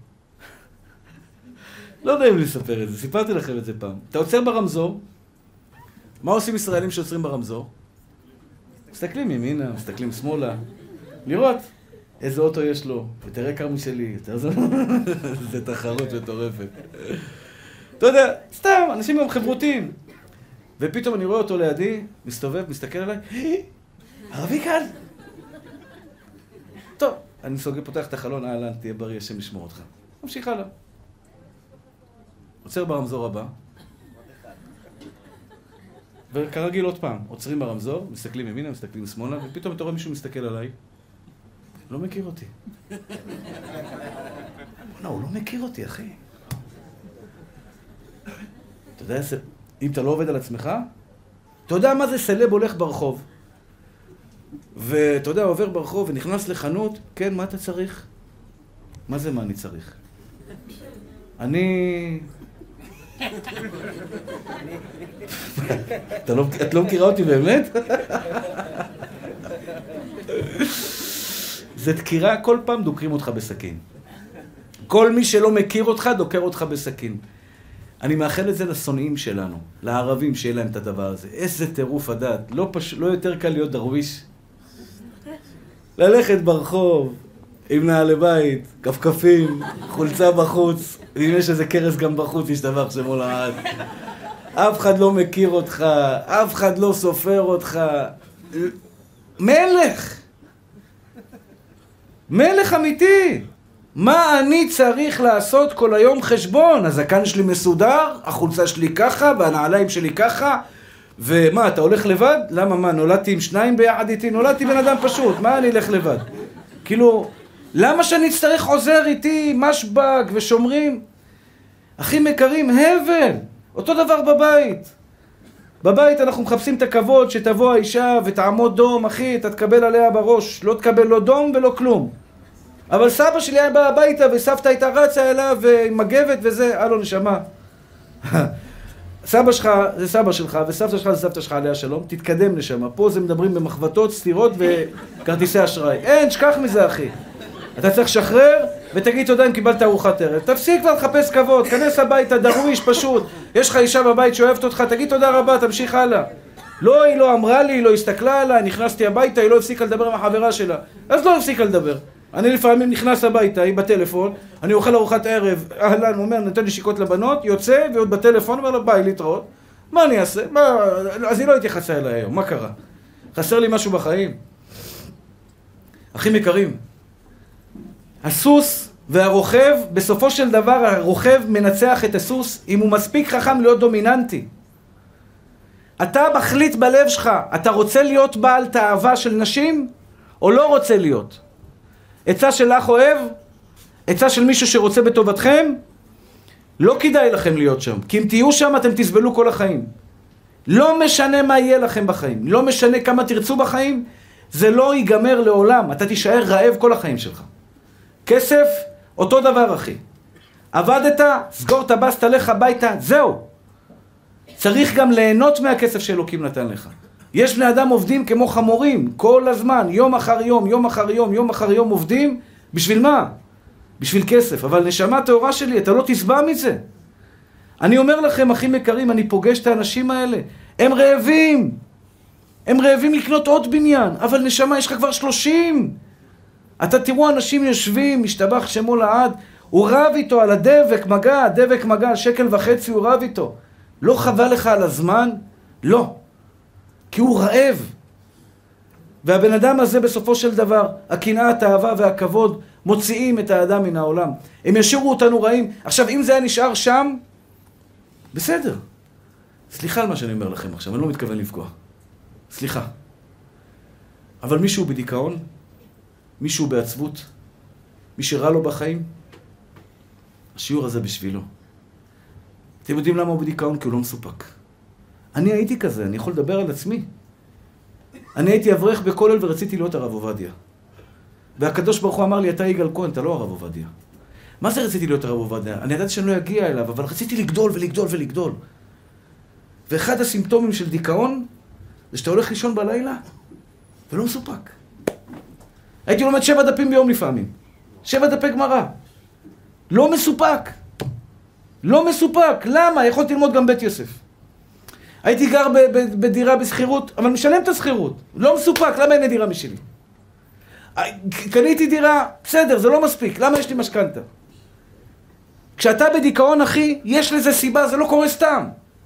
[SPEAKER 1] לא יודע אם לספר את זה, סיפרתי לכם את זה פעם. אתה עוצר ברמזור, מה עושים ישראלים שעוצרים ברמזור? מסתכלים ימינה, מסתכלים שמאלה, לראות איזה אוטו יש לו, ותראה כמה שלי, זה תחרות מטורפת. אתה יודע, סתם, אנשים גם חברותיים. ופתאום אני רואה אותו לידי, מסתובב, מסתכל עליי, ערבי כאן. טוב, אני סוגר, פותח את החלון, אהלן, תהיה בריא, השם ישמור אותך. ממשיך הלאה. עוצר ברמזור הבא. וכרגיל עוד פעם, עוצרים ברמזור, מסתכלים ימינה, מסתכלים שמאלה, ופתאום אתה רואה מישהו מסתכל עליי. לא מכיר אותי. לא, הוא לא מכיר אותי, אחי. אתה יודע, אם אתה לא עובד על עצמך, אתה יודע מה זה סלב הולך ברחוב. ואתה יודע, עובר ברחוב ונכנס לחנות, כן, מה אתה צריך? מה זה מה אני צריך? אני... את לא מכירה אותי באמת? זה דקירה, כל פעם דוקרים אותך בסכין. כל מי שלא מכיר אותך, דוקר אותך בסכין. אני מאחל את זה לשונאים שלנו, לערבים שיהיה להם את הדבר הזה. איזה טירוף הדעת. לא, פש... לא יותר קל להיות דרוויש. ללכת ברחוב, עם נעלי בית, כפכפים, חולצה בחוץ, ואם יש איזה קרס גם בחוץ, ישתבח שמו לעד. אף אחד לא מכיר אותך, אף אחד לא סופר אותך. מלך! מלך אמיתי! מה אני צריך לעשות כל היום חשבון? הזקן שלי מסודר, החולצה שלי ככה, והנעליים שלי ככה, ומה, אתה הולך לבד? למה, מה, נולדתי עם שניים ביחד איתי? נולדתי בן אדם פשוט, מה אני אלך לבד? כאילו, למה שאני אצטרך עוזר איתי, משבק ושומרים? אחים יקרים, הבל! אותו דבר בבית. בבית אנחנו מחפשים את הכבוד שתבוא האישה ותעמוד דום, אחי, אתה תקבל עליה בראש, לא תקבל לא דום ולא כלום. אבל סבא שלי היה בא הביתה וסבתא הייתה רצה אליו עם מגבת וזה, הלו נשמה. סבא שלך זה סבא שלך וסבתא שלך זה סבתא שלך עליה שלום, תתקדם נשמה. פה זה מדברים במחבטות, סתירות וכרטיסי אשראי. אין, שכח מזה אחי. אתה צריך לשחרר ותגיד תודה אם קיבלת ארוחת ערב. תפסיק כבר לחפש כבוד, כנס הביתה, דרוויש פשוט. יש לך אישה בבית שאוהבת אותך, תגיד תודה רבה, תמשיך הלאה. לא, היא לא אמרה לי, היא לא הסתכלה עליי, נכנסתי הביתה, היא לא הפסיקה לדבר עם החברה שלה. אז לא הפסיקה לדבר. אני לפעמים נכנס הביתה, היא בטלפון, אני אוכל ארוחת ערב, אהלן, הוא אומר, נותן לי שיקות לבנות, יוצא ועוד בטלפון, אומר לו, ביי, להתראות. מה אני אעשה? מה... אז היא לא התייחסה אליי היום, מה קרה? חסר לי משהו בחיים. אחים יקרים, הסוס והרוכב, בסופו של דבר, הרוכב מנצח את הסוס אם הוא מספיק חכם להיות דומיננטי. אתה מחליט בלב שלך, אתה רוצה להיות בעל תאווה של נשים, או לא רוצה להיות? עצה שלך אוהב? עצה של מישהו שרוצה בטובתכם? לא כדאי לכם להיות שם, כי אם תהיו שם אתם תסבלו כל החיים. לא משנה מה יהיה לכם בחיים, לא משנה כמה תרצו בחיים, זה לא ייגמר לעולם, אתה תישאר רעב כל החיים שלך. כסף, אותו דבר אחי. עבדת, סגור את הבס, תלך הביתה, זהו. צריך גם ליהנות מהכסף שאלוקים נתן לך. יש בני אדם עובדים כמו חמורים, כל הזמן, יום אחר יום, יום אחר יום, יום אחר יום עובדים, בשביל מה? בשביל כסף. אבל נשמה תאורה שלי, אתה לא תסבע מזה. אני אומר לכם, אחים יקרים, אני פוגש את האנשים האלה. הם רעבים. הם רעבים לקנות עוד בניין. אבל נשמה, יש לך כבר שלושים. אתה תראו אנשים יושבים, משתבח שמו לעד. הוא רב איתו על הדבק מגע, הדבק מגע, שקל וחצי הוא רב איתו. לא חבל לך על הזמן? לא. כי הוא רעב. והבן אדם הזה בסופו של דבר, הקנאה, התאווה והכבוד, מוציאים את האדם מן העולם. הם ישאירו אותנו רעים. עכשיו, אם זה היה נשאר שם, בסדר. סליחה על מה שאני אומר לכם עכשיו, אני לא מתכוון לפגוע. סליחה. אבל מישהו בדיכאון, מישהו בעצבות, מי שרע לו בחיים, השיעור הזה בשבילו. אתם יודעים למה הוא בדיכאון? כי הוא לא מסופק. אני הייתי כזה, אני יכול לדבר על עצמי. אני הייתי אברך בכולל ורציתי להיות הרב עובדיה. והקדוש ברוך הוא אמר לי, אתה יגאל כהן, אתה לא הרב עובדיה. מה זה רציתי להיות הרב עובדיה? אני ידעתי שאני לא אגיע אליו, אבל רציתי לגדול ולגדול ולגדול. ואחד הסימפטומים של דיכאון, זה שאתה הולך לישון בלילה, ולא מסופק. הייתי לומד שבע דפים ביום לפעמים. שבע דפי גמרא. לא מסופק. לא מסופק. למה? יכולתי ללמוד גם בית יוסף. הייתי גר ב- ב- בדירה בסחירות, אבל משלם את הסחירות. לא מסופק. למה אין לי דירה משלי? קניתי דירה, בסדר, זה לא מספיק. למה יש לי משכנתה? כשאתה בדיכאון, אחי, יש לזה סיבה, זה לא קורה סתם.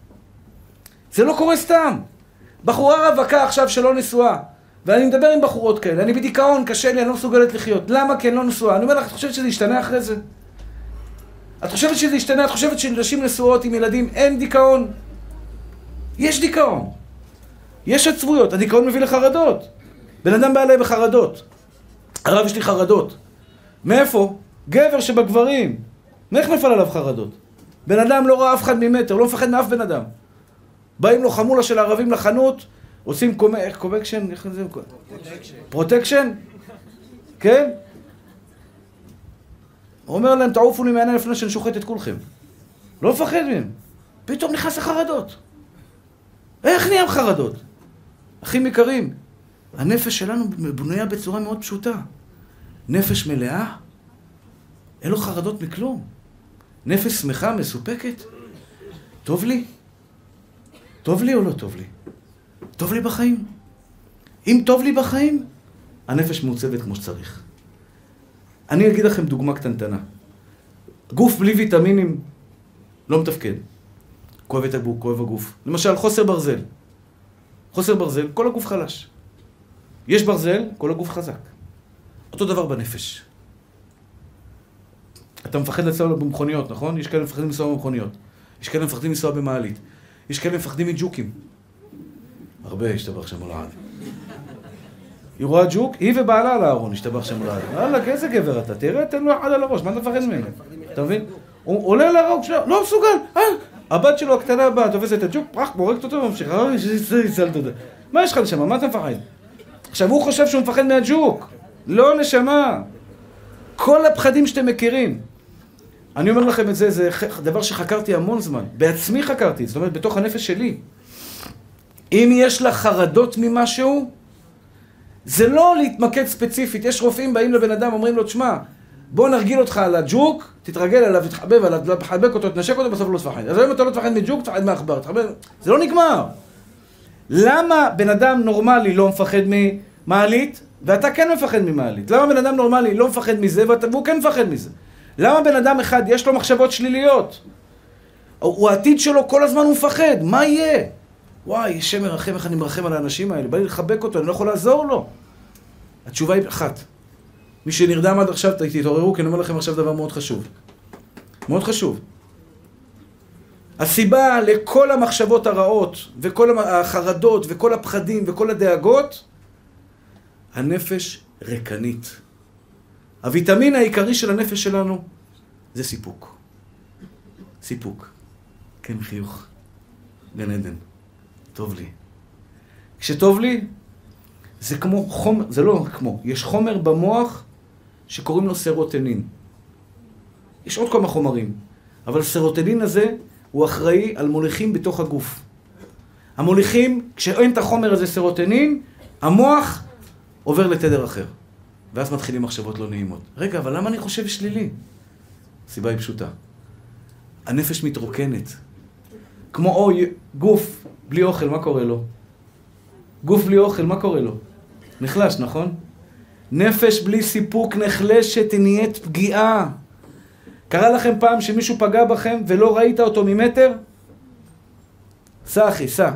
[SPEAKER 1] זה לא קורה סתם. בחורה רווקה עכשיו שלא נשואה, ואני מדבר עם בחורות כאלה, אני בדיכאון, קשה לי, אני לא מסוגלת לחיות. למה? כי אני לא נשואה. אני אומר לך, את חושבת שזה ישתנה אחרי זה? את חושבת שזה ישתנה? את חושבת שנשים נשואות עם ילדים אין דיכאון? יש דיכאון. יש עצבויות. הדיכאון מביא לחרדות. בן אדם בא אליי בחרדות. הרב, יש לי חרדות. מאיפה? גבר שבגברים. מאיך נפל עליו חרדות? בן אדם לא ראה אף אחד ממטר, לא מפחד מאף בן אדם. באים לו חמולה של הערבים לחנות, עושים קומ... איך קומקשן? איך זה? פרוטקשן. פרוטקשן? כן? הוא אומר להם, תעופו לי מעניין לפני שאני שוחט את כולכם. לא מפחד מהם. פתאום נכנס לחרדות. איך נהיה חרדות? אחים יקרים, הנפש שלנו בנויה בצורה מאוד פשוטה. נפש מלאה, אין לו חרדות מכלום. נפש שמחה, מסופקת. טוב לי? טוב לי או לא טוב לי? טוב לי בחיים. אם טוב לי בחיים, הנפש מעוצבת כמו שצריך. אני אגיד לכם דוגמה קטנטנה. גוף בלי ויטמינים לא מתפקד. כואב את הגוף, כואב הגוף. למשל, חוסר ברזל. חוסר ברזל, כל הגוף חלש. יש ברזל, כל הגוף חזק. אותו דבר בנפש. אתה מפחד לנסוע במכוניות, נכון? יש כאלה מפחדים לנסוע במכוניות. יש כאלה מפחדים לנסוע במעלית. יש כאלה מפחדים מג'וקים. הרבה השתבח שם לעד. היא רואה ג'וק, היא ובעלה על הארון השתבח שם לעד. וואלק, איזה גבר אתה? תראה, תן לו אחד על הראש, מה אתה מפחד ממנו? אתה מבין? הוא עולה על הראש שלו, לא מסוגל, אה! הבת שלו הקטנה באה, תופסת את הג'וק, פרח, בורקת אותו וממשיך. אה, שזה תודה. מה יש לך לשמה? מה אתה מפחד? עכשיו, הוא חושב שהוא מפחד מהג'וק. לא נשמה. כל הפחדים שאתם מכירים. אני אומר לכם את זה, זה דבר שחקרתי המון זמן. בעצמי חקרתי, זאת אומרת, בתוך הנפש שלי. אם יש לה חרדות ממשהו, זה לא להתמקד ספציפית. יש רופאים באים לבן אדם, אומרים לו, תשמע, בוא נרגיל אותך על הג'וק, תתרגל עליו, תתחבב עליו, תחבק אותו, תנשק אותו, בסוף לא תפחד. אז אם אתה לא תפחד מג'וק, תפחד מאחבר, תחבב. זה לא נגמר. למה בן אדם נורמלי לא מפחד ממעלית, ואתה כן מפחד ממעלית? למה בן אדם נורמלי לא מפחד מזה, והוא כן מפחד מזה? למה בן אדם אחד יש לו מחשבות שליליות? הוא העתיד שלו כל הזמן הוא מפחד, מה יהיה? וואי, שם מרחם, איך אני מרחם על האנשים האלה, בא לי לחבק אותו, אני לא יכול לעזור לו. התשובה היא אחת. מי שנרדם עד עכשיו, תתעוררו, כי אני אומר לכם עכשיו דבר מאוד חשוב. מאוד חשוב. הסיבה לכל המחשבות הרעות, וכל החרדות, וכל הפחדים, וכל הדאגות, הנפש ריקנית. הוויטמין העיקרי של הנפש שלנו, זה סיפוק. סיפוק. כן, חיוך. גן עדן. טוב לי. כשטוב לי, זה כמו חומר, זה לא כמו, יש חומר במוח שקוראים לו סרוטונין. יש עוד כמה חומרים, אבל הסרוטונין הזה הוא אחראי על מוליכים בתוך הגוף. המוליכים, כשאין את החומר הזה סרוטונין, המוח עובר לתדר אחר. ואז מתחילים מחשבות לא נעימות. רגע, אבל למה אני חושב שלילי? הסיבה היא פשוטה. הנפש מתרוקנת. כמו אוי, גוף בלי אוכל, מה קורה לו? גוף בלי אוכל, מה קורה לו? נחלש, נכון? נפש בלי סיפוק נחלשת, נהיית פגיעה. קרה לכם פעם שמישהו פגע בכם ולא ראית אותו ממטר? סע אחי, סע.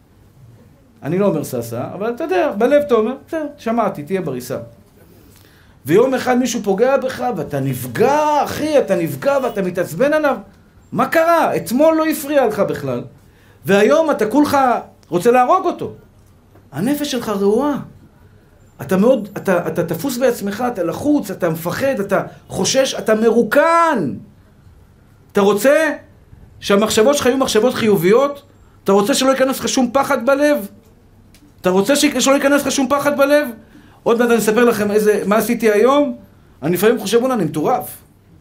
[SPEAKER 1] אני לא אומר סע סע, אבל אתה יודע, בלב אתה אומר, שמעתי, תהיה בריסה. ויום אחד מישהו פוגע בך ואתה נפגע, אחי, אתה נפגע ואתה מתעצבן עליו. מה קרה? אתמול לא הפריע לך בכלל. והיום אתה כולך רוצה להרוג אותו. הנפש שלך רעועה. אתה מאוד, אתה, אתה תפוס בעצמך, אתה לחוץ, אתה מפחד, אתה חושש, אתה מרוקן. אתה רוצה שהמחשבות שלך יהיו מחשבות חיוביות? אתה רוצה שלא ייכנס לך שום פחד בלב? אתה רוצה שלא ייכנס לך שום פחד בלב? עוד מעט אני אספר לכם איזה, מה עשיתי היום. אני לפעמים חושב, בונה, אני מטורף.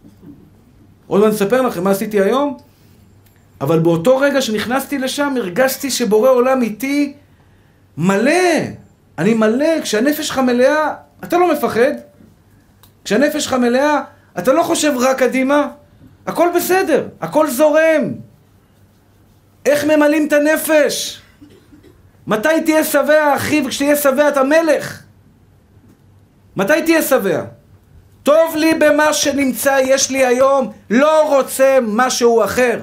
[SPEAKER 1] עוד מעט אני אספר לכם מה עשיתי היום. אבל באותו רגע שנכנסתי לשם, הרגשתי שבורא עולם איתי מלא. אני מלא. כשהנפש שלך מלאה, אתה לא מפחד. כשהנפש שלך מלאה, אתה לא חושב רק קדימה. הכל בסדר, הכל זורם. איך ממלאים את הנפש? מתי תהיה שבע, אחי? וכשתהיה שבע אתה מלך. מתי תהיה שבע? טוב לי במה שנמצא, יש לי היום, לא רוצה משהו אחר.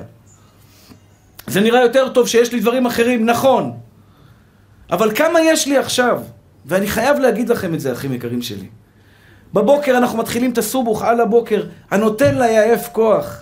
[SPEAKER 1] זה נראה יותר טוב שיש לי דברים אחרים, נכון. אבל כמה יש לי עכשיו? ואני חייב להגיד לכם את זה, אחים יקרים שלי. בבוקר אנחנו מתחילים את הסובוך על הבוקר, הנותן לה יעף כוח.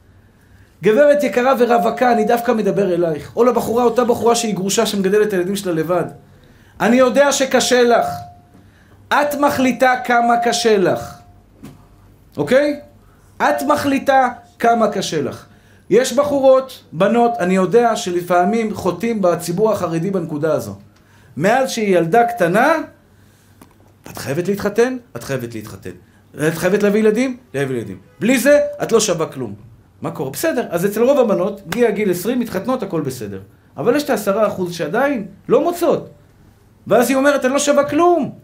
[SPEAKER 1] גברת יקרה ורווקה, אני דווקא מדבר אלייך. או לבחורה, אותה בחורה שהיא גרושה שמגדלת את הילדים שלה לבד. אני יודע שקשה לך. את מחליטה כמה קשה לך. אוקיי? את מחליטה כמה קשה לך. יש בחורות, בנות, אני יודע שלפעמים חוטאים בציבור החרדי בנקודה הזו. מאז שהיא ילדה קטנה, את חייבת להתחתן, את חייבת להתחתן. את חייבת להביא ילדים, להביא ילדים. בלי זה, את לא שווה כלום. מה קורה? בסדר. אז אצל רוב הבנות, גיע גיל עשרים, מתחתנות, הכל בסדר. אבל יש את העשרה אחוז שעדיין לא מוצאות. ואז היא אומרת, אני לא שווה כלום.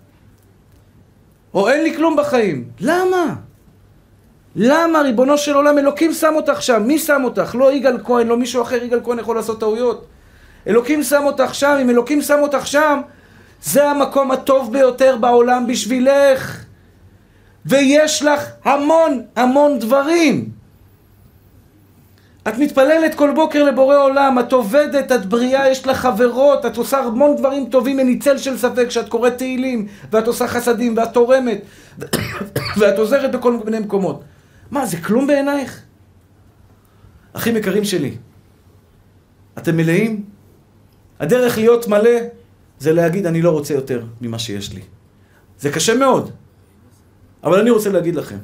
[SPEAKER 1] או אין לי כלום בחיים. למה? למה? ריבונו של עולם, אלוקים שם אותך שם. מי שם אותך? לא יגאל כהן, לא מישהו אחר. יגאל כהן יכול לעשות טעויות. אלוקים שם אותך שם. אם אלוקים שם אותך שם, זה המקום הטוב ביותר בעולם בשבילך. ויש לך המון המון דברים. את מתפללת כל בוקר לבורא עולם, את עובדת, את בריאה, יש לך חברות, את עושה המון דברים טובים, אין לי צל של ספק, שאת קוראת תהילים, ואת עושה חסדים, ואת תורמת, ואת עוזרת בכל מיני מקומות. מה, זה כלום בעינייך? אחים יקרים שלי, אתם מלאים? הדרך להיות מלא זה להגיד, אני לא רוצה יותר ממה שיש לי. זה קשה מאוד, אבל אני רוצה להגיד לכם.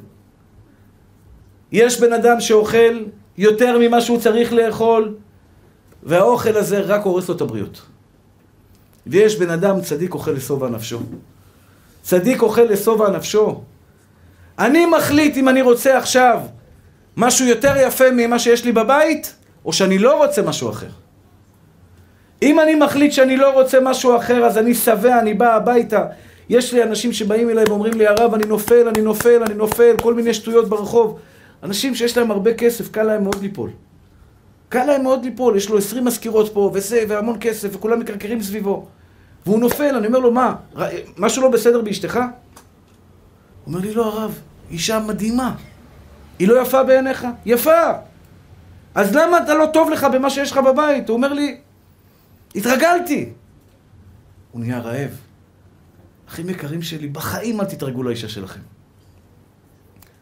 [SPEAKER 1] יש בן אדם שאוכל יותר ממה שהוא צריך לאכול, והאוכל הזה רק הורס לו את הבריאות. ויש בן אדם צדיק אוכל לסובע נפשו. צדיק אוכל לסובע נפשו. אני מחליט אם אני רוצה עכשיו משהו יותר יפה ממה שיש לי בבית, או שאני לא רוצה משהו אחר. אם אני מחליט שאני לא רוצה משהו אחר, אז אני שבע, אני בא הביתה. יש לי אנשים שבאים אליי ואומרים לי, הרב, אני נופל, אני נופל, אני נופל, כל מיני שטויות ברחוב. אנשים שיש להם הרבה כסף, קל להם מאוד ליפול. קל להם מאוד ליפול, יש לו עשרים מזכירות פה, וזה, והמון כסף, וכולם מקרקרים סביבו. והוא נופל, אני אומר לו, מה? משהו לא בסדר באשתך? הוא אומר לי, לא הרב, אישה מדהימה. היא לא יפה בעיניך? יפה! אז למה אתה לא טוב לך במה שיש לך בבית? הוא אומר לי, התרגלתי. הוא נהיה רעב. אחים יקרים שלי, בחיים אל תתרגלו לאישה שלכם.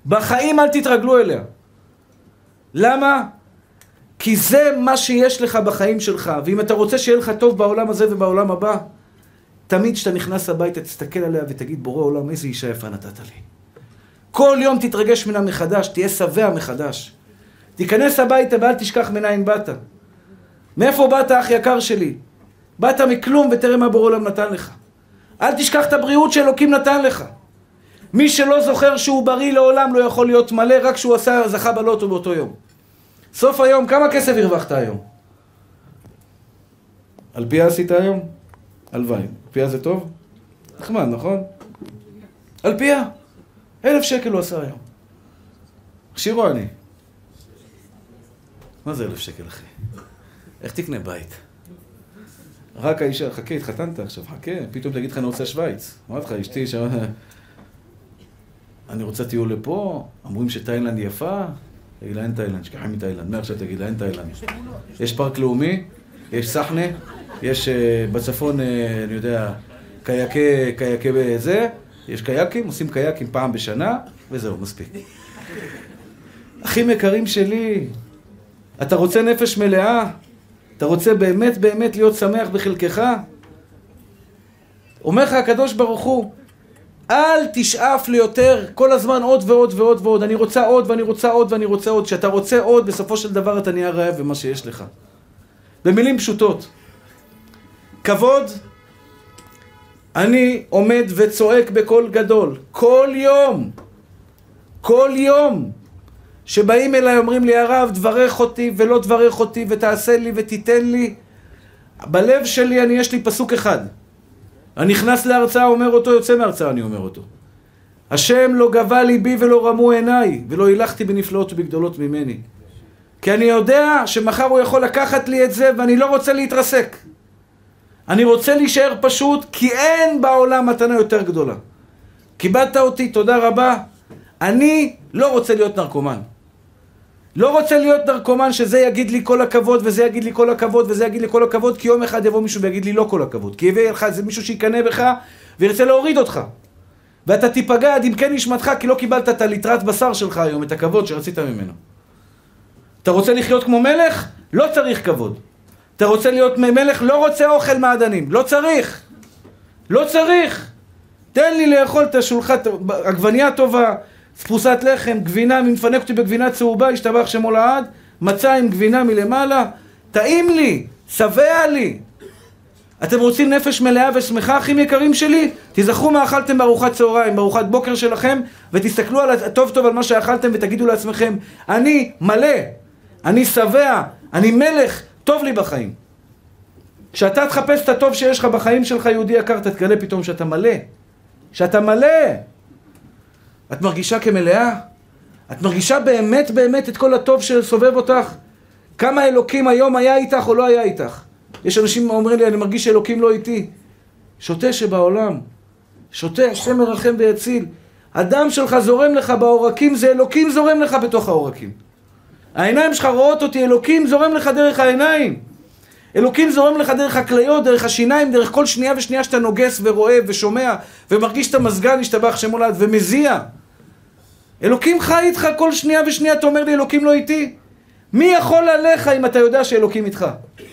[SPEAKER 1] בחיים אל תתרגלו אליה. למה? כי זה מה שיש לך בחיים שלך, ואם אתה רוצה שיהיה לך טוב בעולם הזה ובעולם הבא, תמיד כשאתה נכנס הביתה, תסתכל עליה ותגיד, בורא עולם, איזה אישה יפה נתת לי. כל יום תתרגש ממנה מחדש, תהיה שבע מחדש. תיכנס הביתה ואל תשכח מניין באת. מאיפה באת, אח יקר שלי? באת מכלום ותראה מה בורא עולם נתן לך. אל תשכח את הבריאות שאלוקים נתן לך. מי שלא זוכר שהוא בריא לעולם לא יכול להיות מלא, רק שהוא עשה, זכה בלוטו באותו יום. סוף היום, כמה כסף הרווחת היום? על פיה עשית היום? הלוואי. על פיה זה טוב? נחמד, נכון? על פיה. אלף שקל הוא עשה היום. שירו אני. מה זה אלף שקל, אחי? איך תקנה בית? רק האישה, חכה, התחתנת עכשיו, חכה, פתאום תגיד לך אני רוצה שוויץ. אמרת לך, אשתי, ש... אני רוצה טיול לפה, אמרים שתאילנד יפה, תגיד לה אין תאילנד, שכחה מתאילנד, מעכשיו תגיד לה אין תאילנד. יש פארק לאומי, יש סחנה, יש uh, בצפון, uh, אני יודע, קייקי, קייקי בזה, יש קייקים, עושים קייקים פעם בשנה, וזהו, מספיק. אחים יקרים שלי, אתה רוצה נפש מלאה? אתה רוצה באמת באמת להיות שמח בחלקך? אומר לך הקדוש ברוך הוא, אל תשאף ליותר, כל הזמן עוד ועוד ועוד ועוד. אני רוצה עוד ואני רוצה עוד ואני רוצה עוד. כשאתה רוצה עוד, בסופו של דבר אתה נהיה רעב במה שיש לך. במילים פשוטות. כבוד, אני עומד וצועק בקול גדול. כל יום, כל יום, שבאים אליי אומרים לי, הרב, דברך אותי ולא דברך אותי ותעשה לי ותיתן לי. בלב שלי אני, יש לי פסוק אחד. אני נכנס להרצאה, אומר אותו, יוצא מהרצאה, אני אומר אותו. השם לא גבה ליבי ולא רמו עיניי, ולא הילכתי בנפלאות ובגדולות ממני. כי אני יודע שמחר הוא יכול לקחת לי את זה, ואני לא רוצה להתרסק. אני רוצה להישאר פשוט, כי אין בעולם מתנה יותר גדולה. קיבלת אותי, תודה רבה. אני לא רוצה להיות נרקומן. לא רוצה להיות נרקומן שזה יגיד לי כל הכבוד, וזה יגיד לי כל הכבוד, וזה יגיד לי כל הכבוד, כי יום אחד יבוא מישהו ויגיד לי לא כל הכבוד. כי יביא לך איזה מישהו שיקנה בך, וירצה להוריד אותך. ואתה תיפגע עד אם כן נשמתך, כי לא קיבלת את הליטרת בשר שלך היום, את הכבוד שרצית ממנו. אתה רוצה לחיות כמו מלך? לא צריך כבוד. אתה רוצה להיות מלך? לא רוצה אוכל מעדנים. לא צריך. לא צריך. תן לי לאכול את השולחת, עגבנייה טובה, ספוסת לחם, גבינה, מפנק אותי בגבינה צהובה, השתבח שמו לעד, מצה עם גבינה מלמעלה, טעים לי, שבע לי. אתם רוצים נפש מלאה ושמחה, אחים יקרים שלי? תזכרו מה אכלתם בארוחת צהריים, בארוחת בוקר שלכם, ותסתכלו על, טוב טוב על מה שאכלתם ותגידו לעצמכם, אני מלא, אני שבע, אני מלך, טוב לי בחיים. כשאתה תחפש את הטוב שיש לך בחיים שלך, יהודי יקר, תתגלה פתאום שאתה מלא. שאתה מלא. את מרגישה כמלאה? את מרגישה באמת באמת את כל הטוב שסובב אותך? כמה אלוקים היום היה איתך או לא היה איתך? יש אנשים אומרים לי, אני מרגיש שאלוקים לא איתי. שוטה שבעולם. שוטה, השם מרחם ויציל. הדם שלך זורם לך בעורקים, זה אלוקים זורם לך בתוך העורקים. העיניים שלך רואות אותי, אלוקים זורם לך דרך העיניים. אלוקים זורם לך דרך הכליות, דרך השיניים, דרך כל שנייה ושנייה שאתה נוגס ורואה ושומע ומרגיש את המזגן, השתבח שם הולד ומזיע. אלוקים חי איתך כל שנייה ושנייה, אתה אומר לי אלוקים לא איתי? מי יכול עליך אם אתה יודע שאלוקים איתך?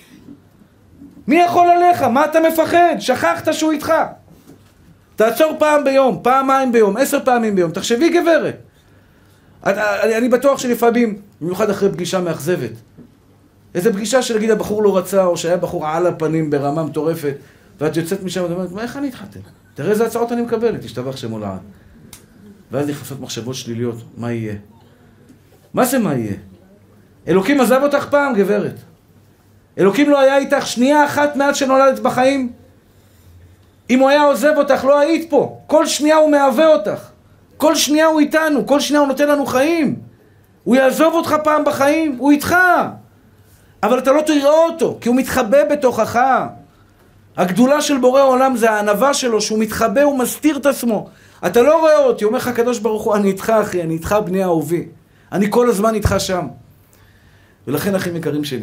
[SPEAKER 1] מי יכול עליך? מה אתה מפחד? שכחת שהוא איתך. תעצור פעם ביום, פעמיים ביום, עשר פעמים ביום, תחשבי גברת. אני, אני בטוח שלפעמים, במיוחד אחרי פגישה מאכזבת, איזה פגישה שלהגיד הבחור לא רצה, או שהיה בחור על הפנים ברמה מטורפת, ואת יוצאת משם ואת אומרת, מה, איך אני התחתן? תראה איזה הצעות אני מקבלת, תשתבח שמו לעד. ואז נכנסות מחשבות שליליות, מה יהיה? מה זה מה יהיה? אלוקים עזב אותך פעם, גברת. אלוקים לא היה איתך שנייה אחת מעט שנולדת בחיים. אם הוא היה עוזב אותך, לא היית פה. כל שנייה הוא מהווה אותך. כל שנייה הוא איתנו, כל שנייה הוא נותן לנו חיים. הוא יעזוב אותך פעם בחיים, הוא איתך. אבל אתה לא תראה אותו, כי הוא מתחבא בתוכך. הגדולה של בורא העולם זה הענווה שלו, שהוא מתחבא, הוא מסתיר את עצמו. אתה לא רואה אותי, אומר לך הקדוש ברוך הוא, אני איתך אחי, אני איתך בני אהובי. אני כל הזמן איתך שם. ולכן אחים יקרים שלי,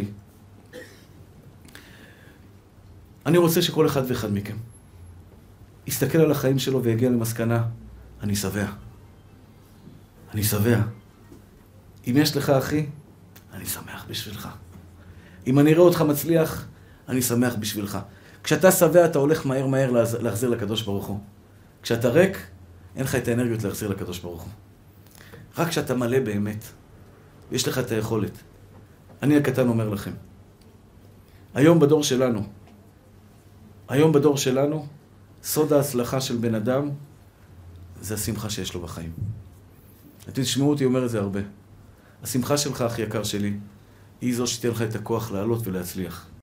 [SPEAKER 1] אני רוצה שכל אחד ואחד מכם יסתכל על החיים שלו ויגיע למסקנה, אני שבע. אני שבע. אם יש לך אחי, אני שמח בשבילך. אם אני אראה אותך מצליח, אני שמח בשבילך. כשאתה שבע, אתה הולך מהר מהר להחזיר לקדוש ברוך הוא. כשאתה ריק, אין לך את האנרגיות להחזיר לקדוש ברוך הוא. רק כשאתה מלא באמת, יש לך את היכולת. אני הקטן אומר לכם, היום בדור שלנו, היום בדור שלנו, סוד ההצלחה של בן אדם, זה השמחה שיש לו בחיים. אתם תשמעו אותי אומר את זה הרבה. השמחה שלך, אחי יקר שלי, היא זו שתהיה לך את הכוח לעלות ולהצליח.